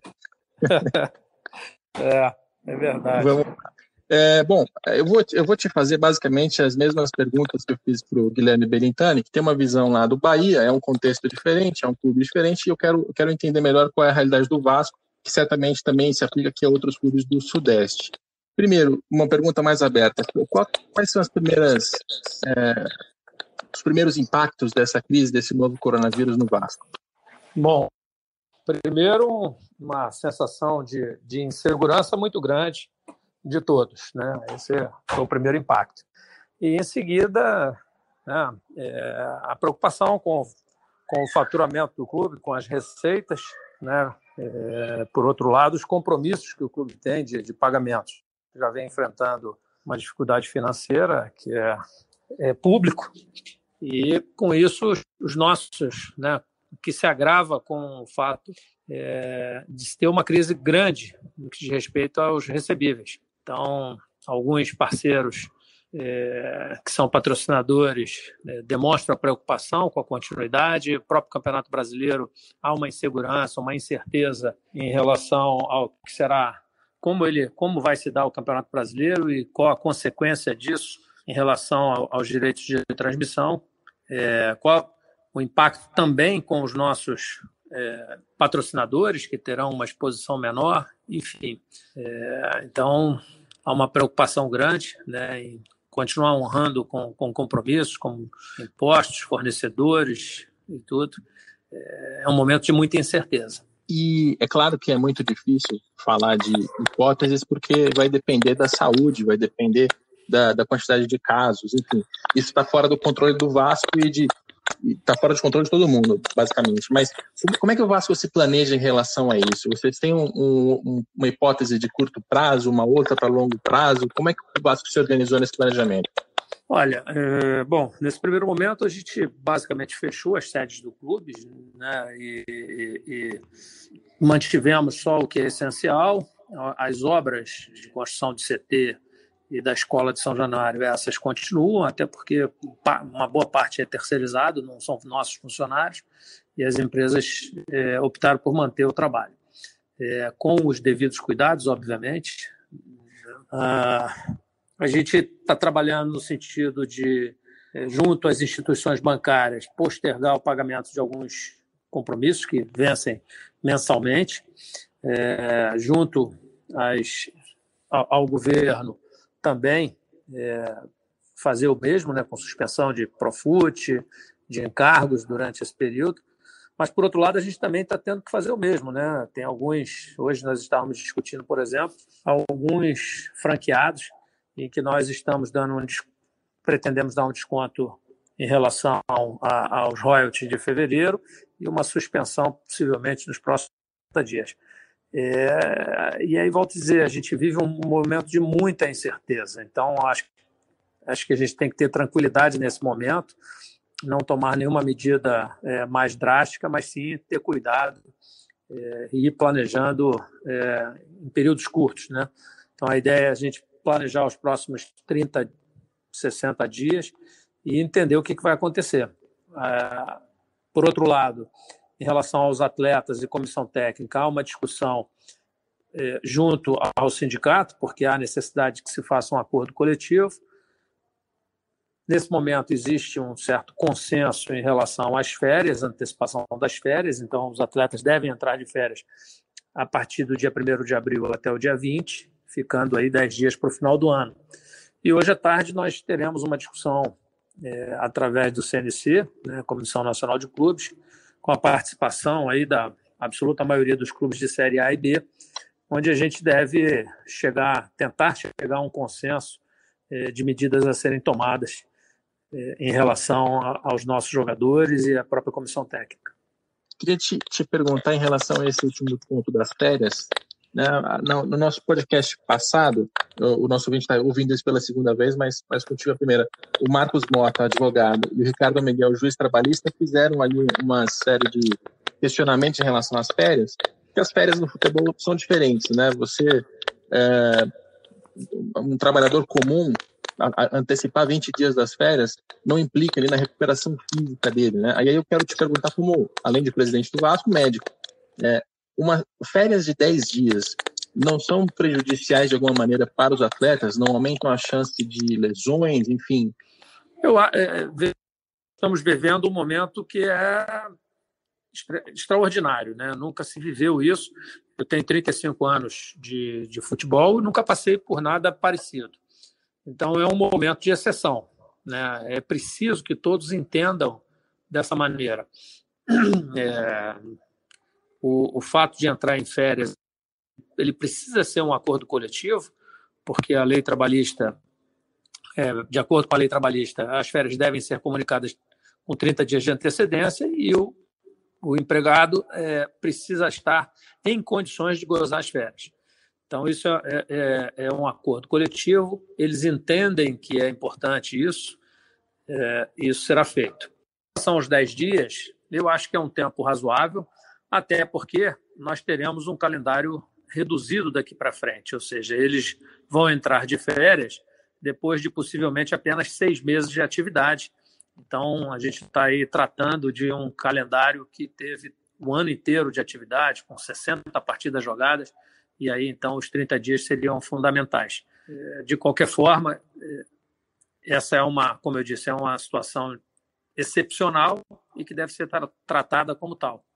É, é verdade.
Vamos, é, bom, eu vou, eu vou te fazer basicamente as mesmas perguntas que eu fiz para o Guilherme Belintani, que tem uma visão lá do Bahia, é um contexto diferente, é um clube diferente, e eu quero, eu quero entender melhor qual é a realidade do Vasco, que certamente também se aplica aqui a outros clubes do Sudeste. Primeiro, uma pergunta mais aberta. Quais são as primeiras, é, os primeiros impactos dessa crise, desse novo coronavírus no Vasco?
Bom, primeiro, uma sensação de, de insegurança muito grande de todos, né? Esse foi o primeiro impacto. E, em seguida, né, é, a preocupação com, com o faturamento do clube, com as receitas, né? É, por outro lado, os compromissos que o clube tem de, de pagamentos. Já vem enfrentando uma dificuldade financeira que é, é público, e com isso os nossos, né, que se agrava com o fato é, de ter uma crise grande no que diz respeito aos recebíveis. Então, alguns parceiros é, que são patrocinadores é, demonstram a preocupação com a continuidade. O próprio Campeonato Brasileiro, há uma insegurança, uma incerteza em relação ao que será, como ele, como vai se dar o Campeonato Brasileiro e qual a consequência disso em relação ao, aos direitos de transmissão, é, qual o impacto também com os nossos é, patrocinadores, que terão uma exposição menor, enfim. É, então, há uma preocupação grande, né, em continuar honrando com, com compromissos, com impostos, fornecedores e tudo. É, é um momento de muita incerteza.
E é claro que é muito difícil falar de hipóteses, porque vai depender da saúde, vai depender da, da quantidade de casos, enfim. Isso está fora do controle do Vasco e de está fora de controle de todo mundo, basicamente. Mas como é que o Vasco se planeja em relação a isso? Vocês têm um, um, uma hipótese de curto prazo, uma outra para longo prazo? Como é que o Vasco se organizou nesse planejamento?
Olha, é, bom, nesse primeiro momento a gente basicamente fechou as sedes do clube, né, e, e, e mantivemos só o que é essencial. As obras de construção de C T e da Escola de São Januário, essas continuam, até porque uma boa parte é terceirizado, não são nossos funcionários, e as empresas é, optaram por manter o trabalho. É, com os devidos cuidados, obviamente. Ah, a gente está trabalhando no sentido de, é, junto às instituições bancárias, postergar o pagamento de alguns compromissos que vencem mensalmente, é, junto às, ao, ao governo, também é, fazer o mesmo, né, com suspensão de Profut, de encargos durante esse período. Mas, por outro lado, a gente também está tendo que fazer o mesmo, né? Tem alguns, hoje nós estávamos discutindo, por exemplo, alguns franqueados em que nós estamos dando um, pretendemos dar um desconto em relação a, aos royalties de fevereiro e uma suspensão, possivelmente, nos próximos trinta dias. É, e aí, volto a dizer, a gente vive um momento de muita incerteza. Então, acho, acho que a gente tem que ter tranquilidade nesse momento, não tomar nenhuma medida é, mais drástica, mas sim ter cuidado é, e ir planejando é, em períodos curtos, né? Então, a ideia é a gente planejar os próximos trinta, sessenta dias e entender o que, que vai acontecer. É, por outro lado, em relação aos atletas e comissão técnica, há uma discussão é, junto ao sindicato, porque há necessidade de que se faça um acordo coletivo. Nesse momento, existe um certo consenso em relação às férias, antecipação das férias, então os atletas devem entrar de férias a partir do dia primeiro de abril até o dia vinte, ficando aí dez dias para o final do ano. E hoje à tarde nós teremos uma discussão é, através do C N C, né, Comissão Nacional de Clubes, com a participação aí da absoluta maioria dos clubes de Série A e B, onde a gente deve chegar, tentar chegar a um consenso é, de medidas a serem tomadas é, em relação a, aos nossos jogadores e à própria comissão técnica.
Queria te, te perguntar em relação a esse último ponto das férias. Né? No, no nosso podcast passado, o, o nosso ouvinte está ouvindo isso pela segunda vez, mas, mas contigo a primeira. O Marcos Mota, advogado, e o Ricardo Miguel, juiz trabalhista, fizeram ali uma série de questionamentos em relação às férias, porque as férias no futebol são diferentes, né? Você, é, um trabalhador comum, a, a antecipar vinte dias das férias não implica ali na recuperação física dele, né? Aí eu quero te perguntar como, além de presidente do Vasco, médico, é, uma férias de dez dias não são prejudiciais de alguma maneira para os atletas? Não aumentam a chance de lesões, enfim?
Eu, é, estamos vivendo um momento que é extraordinário, né? Nunca se viveu isso. Eu tenho trinta e cinco anos de, de futebol e nunca passei por nada parecido. Então, é um momento de exceção, né? É preciso que todos entendam dessa maneira. É, o, o fato de entrar em férias, ele precisa ser um acordo coletivo, porque a lei trabalhista, é, de acordo com a lei trabalhista, as férias devem ser comunicadas com trinta dias de antecedência e o O empregado é, precisa estar em condições de gozar as férias. Então, isso é, é, é um acordo coletivo, eles entendem que é importante isso, é, isso será feito. São os dez dias, eu acho que é um tempo razoável, até porque nós teremos um calendário reduzido daqui para frente, ou seja, eles vão entrar de férias depois de possivelmente apenas seis meses de atividade. Então, a gente está aí tratando de um calendário que teve um ano inteiro de atividade, com sessenta partidas jogadas, e aí, então, os trinta dias seriam fundamentais. De qualquer forma, essa é uma, como eu disse, é uma situação excepcional e que deve ser tra- tratada como tal.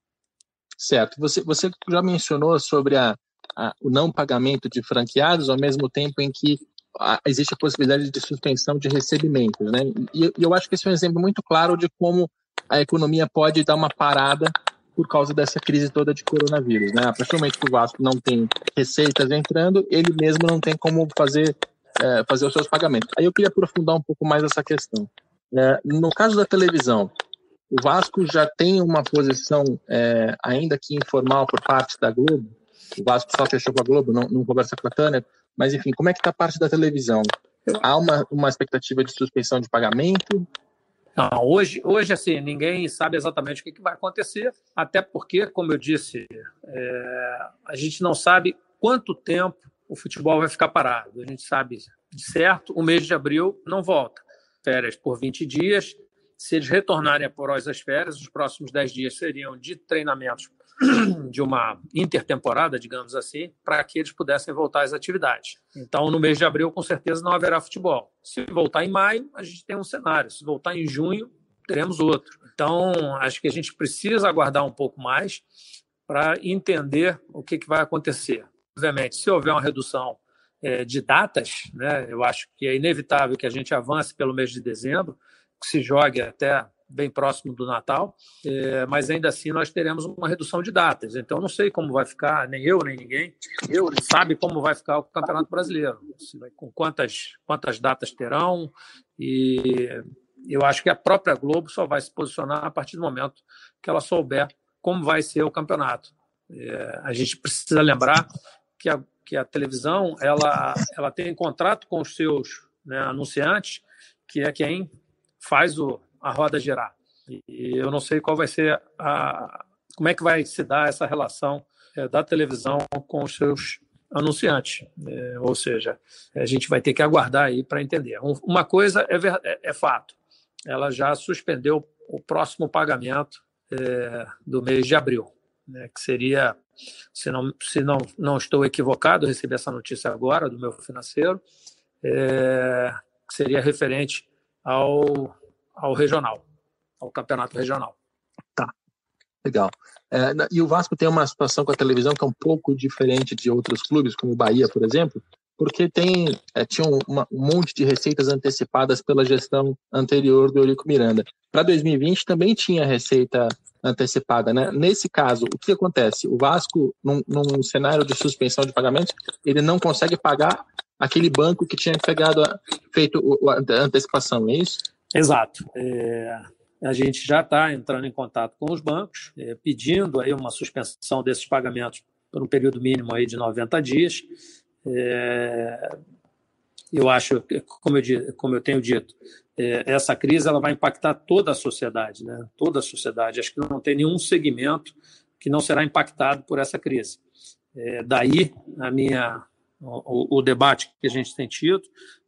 Certo. Você, você já mencionou sobre a, a, o não pagamento de franqueados, ao mesmo tempo em que existe a possibilidade de suspensão de recebimentos, né? E eu acho que esse é um exemplo muito claro de como a economia pode dar uma parada por causa dessa crise toda de coronavírus, né? A partir do momento que o Vasco não tem receitas entrando, ele mesmo não tem como fazer, é, fazer os seus pagamentos. Aí eu queria aprofundar um pouco mais essa questão. É, no caso da televisão, o Vasco já tem uma posição, é, ainda que informal, por parte da Globo. O Vasco só fechou com a Globo, não, não conversa com a Tânia. Mas, enfim, como é que está a parte da televisão? Há uma, uma expectativa de suspensão de pagamento?
Não, hoje, hoje, assim, ninguém sabe exatamente o que, que vai acontecer, até porque, como eu disse, é, a gente não sabe quanto tempo o futebol vai ficar parado. A gente sabe, de certo, o mês de abril não volta. Férias por vinte dias. Se eles retornarem após as férias, os próximos dez dias seriam de treinamentos de uma intertemporada, digamos assim, para que eles pudessem voltar às atividades. Então, no mês de abril, com certeza, não haverá futebol. Se voltar em maio, a gente tem um cenário. Se voltar em junho, teremos outro. Então, acho que a gente precisa aguardar um pouco mais para entender o que, que vai acontecer. Obviamente, se houver uma redução é, de datas, né, eu acho que é inevitável que a gente avance pelo mês de dezembro, que se jogue até bem próximo do Natal, é, mas ainda assim nós teremos uma redução de datas. Então, não sei como vai ficar, nem eu, nem ninguém, eu não sabe como vai ficar o Campeonato Brasileiro, com quantas, quantas datas terão, e eu acho que a própria Globo só vai se posicionar a partir do momento que ela souber como vai ser o campeonato. É, a gente precisa lembrar que a, que a televisão ela, ela tem contrato com os seus, né, anunciantes, que é quem faz o, a roda girar. E eu não sei qual vai ser a, como é que vai se dar essa relação é, da televisão com os seus anunciantes. É, ou seja, a gente vai ter que aguardar aí para entender. Um, uma coisa é, é, é fato, ela já suspendeu o próximo pagamento é, do mês de abril, né, que seria, se, não, se não, não estou equivocado, eu recebi essa notícia agora do meu financeiro, é, que seria referente ao, ao regional, ao campeonato regional.
Tá, legal. É, e o Vasco tem uma situação com a televisão que é um pouco diferente de outros clubes, como o Bahia, por exemplo, porque tem, é, tinha uma, um monte de receitas antecipadas pela gestão anterior do Eurico Miranda. Para dois mil e vinte também tinha receita antecipada, né? Nesse caso, o que acontece? O Vasco, num, num cenário de suspensão de pagamentos, ele não consegue pagar aquele banco que tinha pegado a, feito a antecipação, é isso?
Exato. É, a gente já está entrando em contato com os bancos, é, pedindo aí uma suspensão desses pagamentos por um período mínimo aí de noventa dias. É, eu acho, como eu, como eu tenho dito, é, essa crise ela vai impactar toda a sociedade, né? Toda a sociedade. Acho que não tem nenhum segmento que não será impactado por essa crise. É, daí a minha, o, o debate que a gente tem tido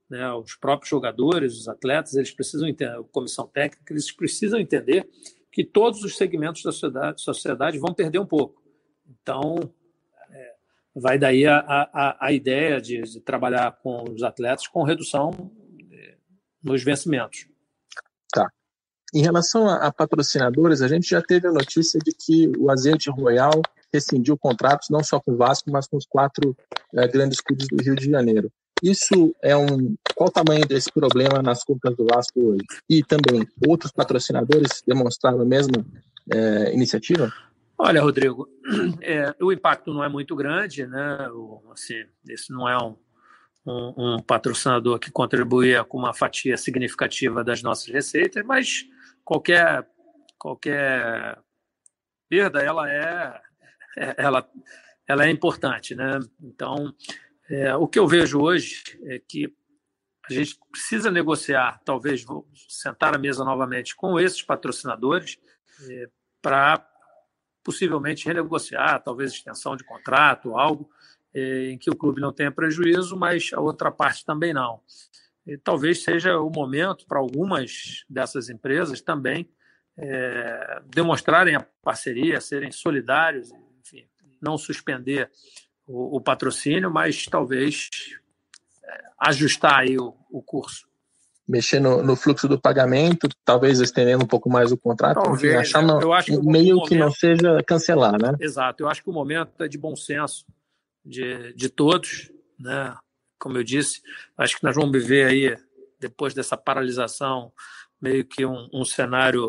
né, os próprios jogadores, os atletas, eles precisam entender, a comissão técnica, eles precisam entender que todos os segmentos da sociedade, sociedade vão perder um pouco. Então, é, vai daí a, a, a ideia de, de trabalhar com os atletas com redução é, nos vencimentos.
Tá. Em relação a, a patrocinadores, a gente já teve a notícia de que o Azeite Royal rescindiu contratos não só com o Vasco, mas com os quatro é, grandes clubes do Rio de Janeiro. Isso é um... Qual o tamanho desse problema nas contas do Vasco hoje? E também, outros patrocinadores demonstraram a mesma é, iniciativa?
Olha, Rodrigo, é, o impacto não é muito grande, né? O, assim, esse não é um, um, um patrocinador que contribuía com uma fatia significativa das nossas receitas, mas qualquer, qualquer perda, ela é, ela, ela é importante, né? Então, É, o que eu vejo hoje é que a gente precisa negociar, talvez vou sentar à mesa novamente com esses patrocinadores é, para possivelmente renegociar, talvez extensão de contrato, algo é, em que o clube não tenha prejuízo, mas a outra parte também não. E talvez seja o momento para algumas dessas empresas também é, demonstrarem a parceria, serem solidários, enfim, não suspender O, o patrocínio, mas talvez é, ajustar aí o, o curso.
Mexer no, no fluxo do pagamento, talvez estendendo um pouco mais o contrato,
talvez,
enfim, achar no,
eu acho que
meio
momento,
que não seja cancelar, né?
Exato, eu acho que o momento é de bom senso de, de todos, né? Como eu disse, acho que nós vamos viver aí, depois dessa paralisação, meio que um, um cenário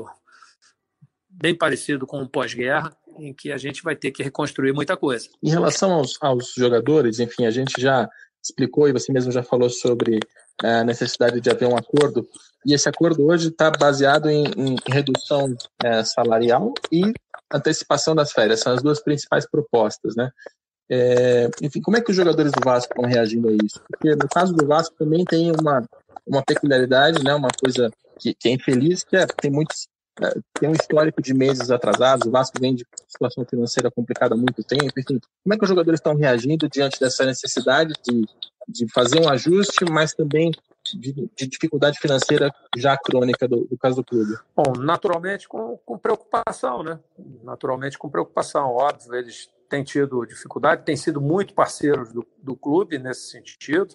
bem parecido com o pós-guerra, em que a gente vai ter que reconstruir muita coisa.
Em relação aos, aos jogadores, enfim, a gente já explicou e você mesmo já falou sobre a necessidade de haver um acordo, e esse acordo hoje está baseado em, em redução é, salarial e antecipação das férias, são as duas principais propostas, né? É, enfim, como é que os jogadores do Vasco estão reagindo a isso? Porque no caso do Vasco também tem uma, uma peculiaridade, né, uma coisa que, que é infeliz, que é, tem muitos tem um histórico de meses atrasados, o Vasco vem de situação financeira complicada há muito tempo, enfim, como é que os jogadores estão reagindo diante dessa necessidade de, de fazer um ajuste, mas também de, de dificuldade financeira já crônica do, do caso do clube?
Bom, naturalmente com, com preocupação, né? Naturalmente com preocupação, óbvio, eles têm tido dificuldade, têm sido muito parceiros do, do clube nesse sentido.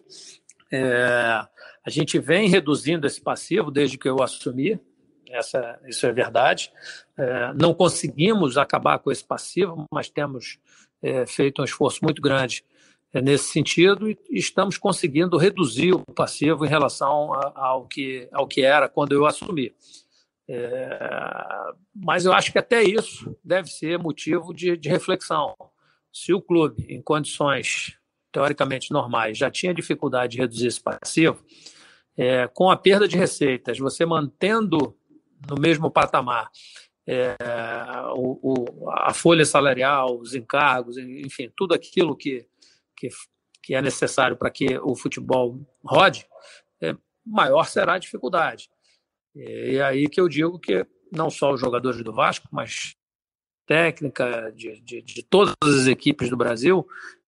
É, a gente vem reduzindo esse passivo desde que eu assumi. Essa, isso é verdade. É, não conseguimos acabar com esse passivo, mas temos é, feito um esforço muito grande é, nesse sentido e estamos conseguindo reduzir o passivo em relação a, ao, que, ao que era quando eu assumi. É, mas eu acho que até isso deve ser motivo de, de reflexão. Se o clube, em condições teoricamente normais, já tinha dificuldade de reduzir esse passivo, é, com a perda de receitas, você mantendo no mesmo patamar é, o, o, a folha salarial, os encargos, enfim, tudo aquilo que, que, que é necessário para que o futebol rode, é, maior será a dificuldade. E é aí que eu digo que não só os jogadores do Vasco, mas técnica de, de, de todas as equipes do Brasil,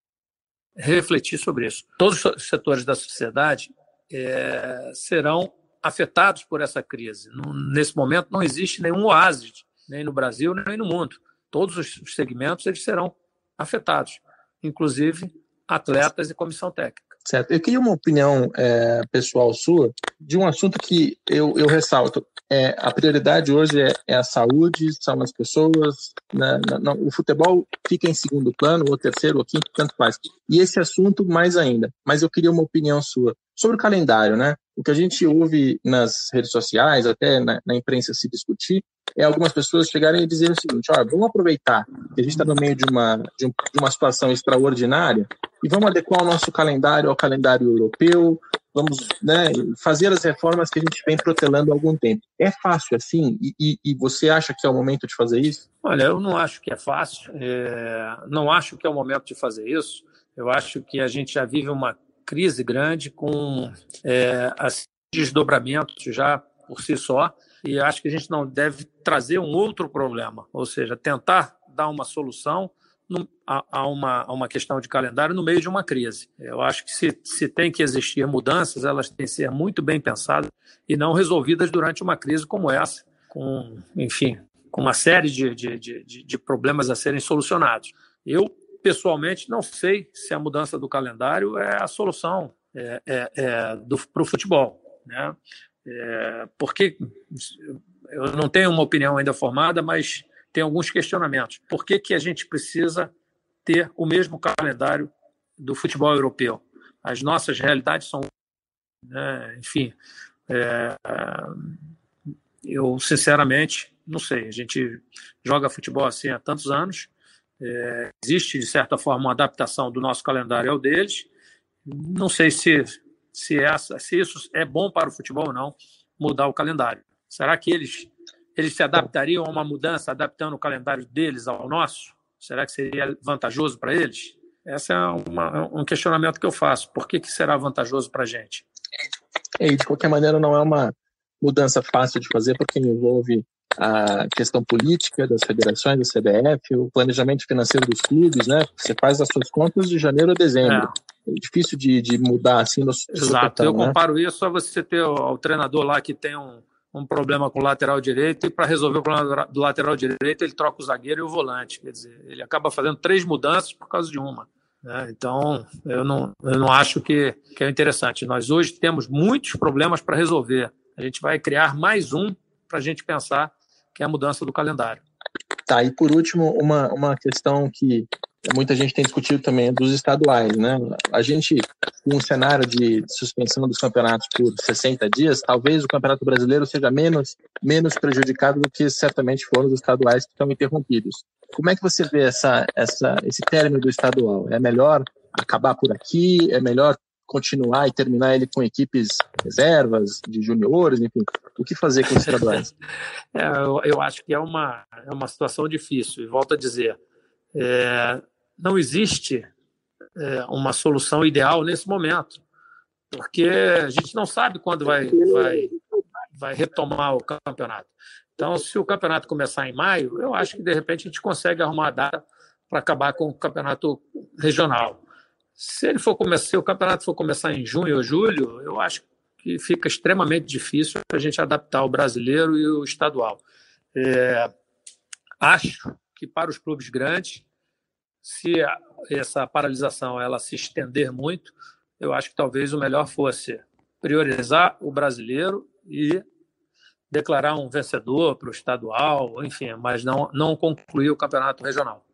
refletir sobre isso. Todos os setores da sociedade é, serão afetados por essa crise. Nesse momento não existe nenhum oásis, nem no Brasil, nem no mundo. Todos os segmentos eles serão afetados, inclusive atletas e comissão técnica.
Certo. Eu queria uma opinião é, pessoal sua de um assunto que eu, eu ressalto. É, a prioridade hoje é, é a saúde, são as pessoas. Né? Não, o futebol fica em segundo plano, ou terceiro, ou quinto, tanto faz. E esse assunto mais ainda. Mas eu queria uma opinião sua sobre o calendário, né? O que a gente ouve nas redes sociais, até na, na imprensa se discutir, é algumas pessoas chegarem e dizerem o seguinte: olha, vamos aproveitar que a gente está no meio de uma, de, um, de uma situação extraordinária e vamos adequar o nosso calendário ao calendário europeu, vamos, né, fazer as reformas que a gente vem protelando há algum tempo. É fácil assim? E, e, e você acha que é o momento de fazer isso?
Olha, eu não acho que é fácil, é, não acho que é o momento de fazer isso. Eu acho que a gente já vive uma crise grande com é, assim, desdobramentos já por si só, e acho que a gente não deve trazer um outro problema, ou seja, tentar dar uma solução a uma, a uma questão de calendário no meio de uma crise. Eu acho que se, se tem que existir mudanças, elas têm que ser muito bem pensadas e não resolvidas durante uma crise como essa, com, enfim, com uma série de, de, de, de problemas a serem solucionados. Eu, pessoalmente, não sei se a mudança do calendário é a solução é, é, é, para o futebol, né? É, porque eu não tenho uma opinião ainda formada, mas tem alguns questionamentos. Por que que a gente precisa ter o mesmo calendário do futebol europeu? As nossas realidades são... Né, enfim, é, eu, sinceramente, não sei. A gente joga futebol assim há tantos anos. É, existe, de certa forma, uma adaptação do nosso calendário ao deles. Não sei se, se, essa, se isso é bom para o futebol ou não, mudar o calendário. Será que eles... Eles se adaptariam a uma mudança, adaptando o calendário deles ao nosso? Será que seria vantajoso para eles? Esse é uma, um questionamento que eu faço. Por que, que será vantajoso para a gente?
E, de qualquer maneira, não é uma mudança fácil de fazer, porque envolve a questão política das federações, da C B F, o planejamento financeiro dos clubes, né? Você faz as suas contas de janeiro a dezembro. É, é difícil de, de mudar assim no
Exato. Eu né? comparo isso a você ter o, o treinador lá que tem um um problema com o lateral direito e para resolver o problema do lateral direito ele troca o zagueiro e o volante, quer dizer, ele acaba fazendo três mudanças por causa de uma, né? Então eu não, eu não acho que, que é interessante. Nós hoje temos muitos problemas para resolver, a gente vai criar mais um para a gente pensar que é a mudança do calendário.
Tá, e por último uma, uma questão que muita gente tem discutido também dos estaduais, né? A gente, com um cenário de suspensão dos campeonatos por sessenta dias, talvez o Campeonato Brasileiro seja menos, menos prejudicado do que certamente foram os estaduais que estão interrompidos. Como é que você vê essa, essa, esse término do estadual? É melhor acabar por aqui? É melhor continuar e terminar ele com equipes reservas, de juniores, enfim? O que fazer com os estaduais?
É, eu, eu acho que é uma, é uma situação difícil, e volto a dizer, é, não existe é, uma solução ideal nesse momento, porque a gente não sabe quando vai, vai, vai retomar o campeonato. Então, se o campeonato começar em maio, eu acho que, de repente, a gente consegue arrumar a data para acabar com o campeonato regional. Se, ele for começar, se o campeonato for começar em junho ou julho, eu acho que fica extremamente difícil a gente adaptar o brasileiro e o estadual. É, acho que para os clubes grandes, se essa paralisação ela se estender muito, eu acho que talvez o melhor fosse priorizar o brasileiro e declarar um vencedor para o estadual, enfim, mas não, não concluir o campeonato regional.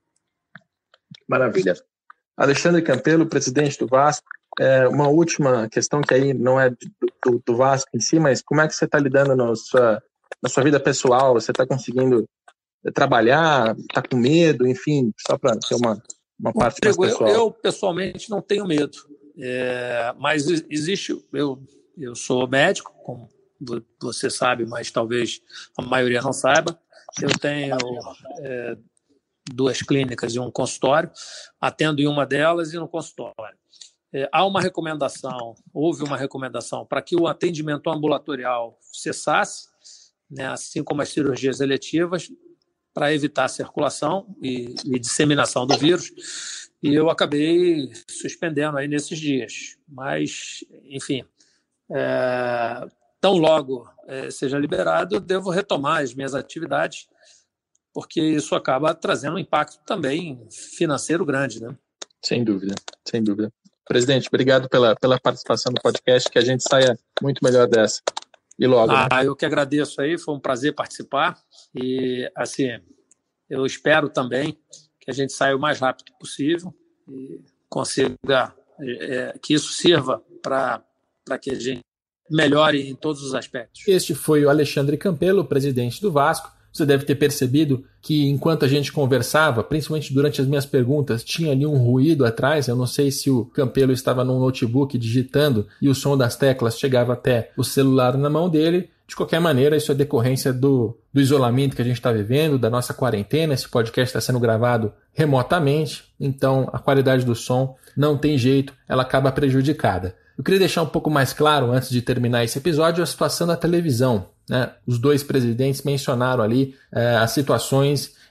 Maravilha. Alexandre Campelo, presidente do Vasco, é, uma última questão que aí não é do, do Vasco em si, mas como é que você está lidando na sua, na sua vida pessoal? Você está conseguindo trabalhar, está com medo, enfim, só para ter uma, uma parte mais pessoal.
Eu, eu, pessoalmente, não tenho medo, é, mas existe, eu, eu sou médico, como você sabe, mas talvez a maioria não saiba, eu tenho é, duas clínicas e um consultório, atendo em uma delas e no consultório. É, há uma recomendação, houve uma recomendação para que o atendimento ambulatorial cessasse, né, assim como as cirurgias eletivas, para evitar a circulação e, e disseminação do vírus, e eu acabei suspendendo aí nesses dias. Mas, enfim, é, tão logo é, seja liberado, eu devo retomar as minhas atividades, porque isso acaba trazendo um impacto também financeiro grande, né?
Sem dúvida, sem dúvida. Presidente, obrigado pela, pela participação no podcast, que a gente saia muito melhor dessa. E logo.
Ah, né? Eu que agradeço aí, foi um prazer participar. E, assim, eu espero também que a gente saia o mais rápido possível e consiga é, que isso sirva para que a gente melhore em todos os aspectos.
Este foi o Alexandre Campelo, presidente do Vasco. Você deve ter percebido que enquanto a gente conversava, principalmente durante as minhas perguntas, tinha ali um ruído atrás. Eu não sei se o Campelo estava num notebook digitando e o som das teclas chegava até o celular na mão dele. De qualquer maneira, isso é decorrência do, do isolamento que a gente está vivendo, da nossa quarentena. Esse podcast está sendo gravado remotamente, então a qualidade do som não tem jeito, ela acaba prejudicada. Eu queria deixar um pouco mais claro, antes de terminar esse episódio, a situação da televisão, né? Os dois presidentes mencionaram ali é, as situações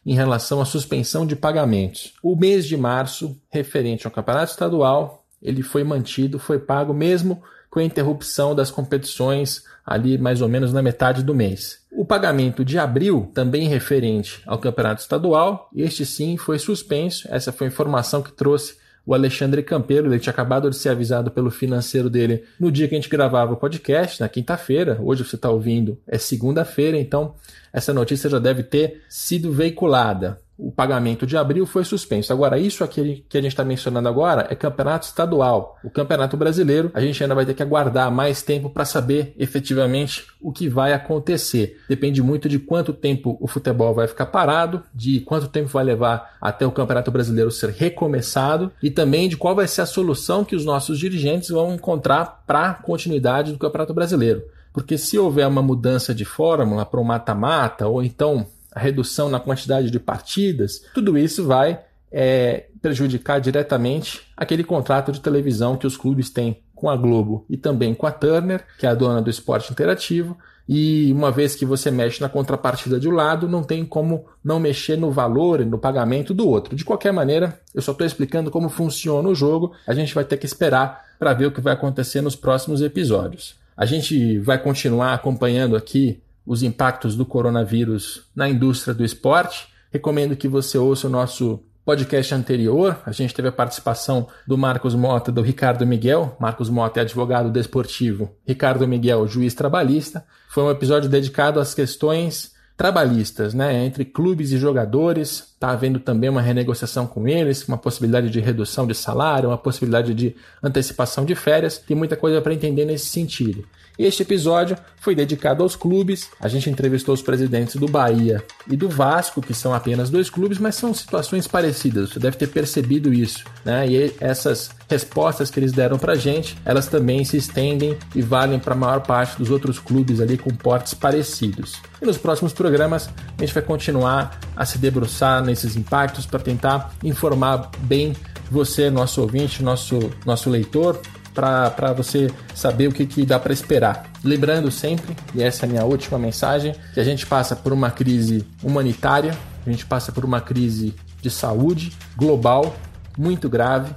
em relação à suspensão de pagamentos. O mês de março, referente ao campeonato estadual, ele foi mantido, foi pago mesmo com a interrupção das competições ali mais ou menos na metade do mês. O pagamento de abril, também referente ao campeonato estadual, este sim foi suspenso. Essa foi a informação que trouxe o Alexandre Campeiro. Ele tinha acabado de ser avisado pelo financeiro dele no dia que a gente gravava o podcast, na quinta-feira. Hoje você está ouvindo, é segunda-feira, então essa notícia já deve ter sido veiculada. O pagamento de abril foi suspenso. Agora, isso aqui que a gente está mencionando agora é campeonato estadual. O campeonato brasileiro, a gente ainda vai ter que aguardar mais tempo para saber efetivamente o que vai acontecer. Depende muito de quanto tempo o futebol vai ficar parado, de quanto tempo vai levar até o campeonato brasileiro ser recomeçado e também de qual vai ser a solução que os nossos dirigentes vão encontrar para a continuidade do campeonato brasileiro. Porque se houver uma mudança de fórmula para um mata-mata ou então a redução na quantidade de partidas, tudo isso vai é, prejudicar diretamente aquele contrato de televisão que os clubes têm com a Globo e também com a Turner, que é a dona do esporte interativo, e uma vez que você mexe na contrapartida de um lado, não tem como não mexer no valor e no pagamento do outro. De qualquer maneira, eu só estou explicando como funciona o jogo, a gente vai ter que esperar para ver o que vai acontecer nos próximos episódios. A gente vai continuar acompanhando aqui os impactos do coronavírus na indústria do esporte. Recomendo que você ouça o nosso podcast anterior. A gente teve a participação do Marcos Mota e do Ricardo Miguel. Marcos Mota é advogado desportivo, Ricardo Miguel, juiz trabalhista. Foi um episódio dedicado às questões trabalhistas, né, entre clubes e jogadores. Está havendo também uma renegociação com eles, uma possibilidade de redução de salário, uma possibilidade de antecipação de férias. Tem muita coisa para entender nesse sentido. Este episódio foi dedicado aos clubes. A gente entrevistou os presidentes do Bahia e do Vasco, que são apenas dois clubes, mas são situações parecidas. Você deve ter percebido isso, né? E essas respostas que eles deram para a gente, elas também se estendem e valem para a maior parte dos outros clubes ali com portes parecidos. E nos próximos programas a gente vai continuar a se debruçar nesses impactos para tentar informar bem você, nosso ouvinte, nosso, nosso leitor, para você saber o que, que dá para esperar. Lembrando sempre, e essa é a minha última mensagem, que a gente passa por uma crise humanitária, a gente passa por uma crise de saúde global muito grave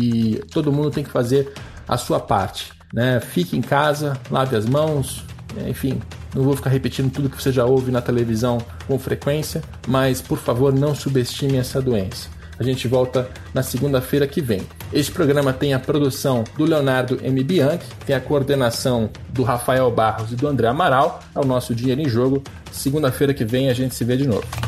e todo mundo tem que fazer a sua parte, né? Fique em casa, lave as mãos, enfim, não vou ficar repetindo tudo que você já ouve na televisão com frequência, mas por favor não subestime essa doença. A gente volta na segunda-feira que vem. Este programa tem a produção do Leonardo M. Bianchi, tem a coordenação do Rafael Barros e do André Amaral. É o nosso Dinheiro em Jogo. Segunda-feira que vem a gente se vê de novo.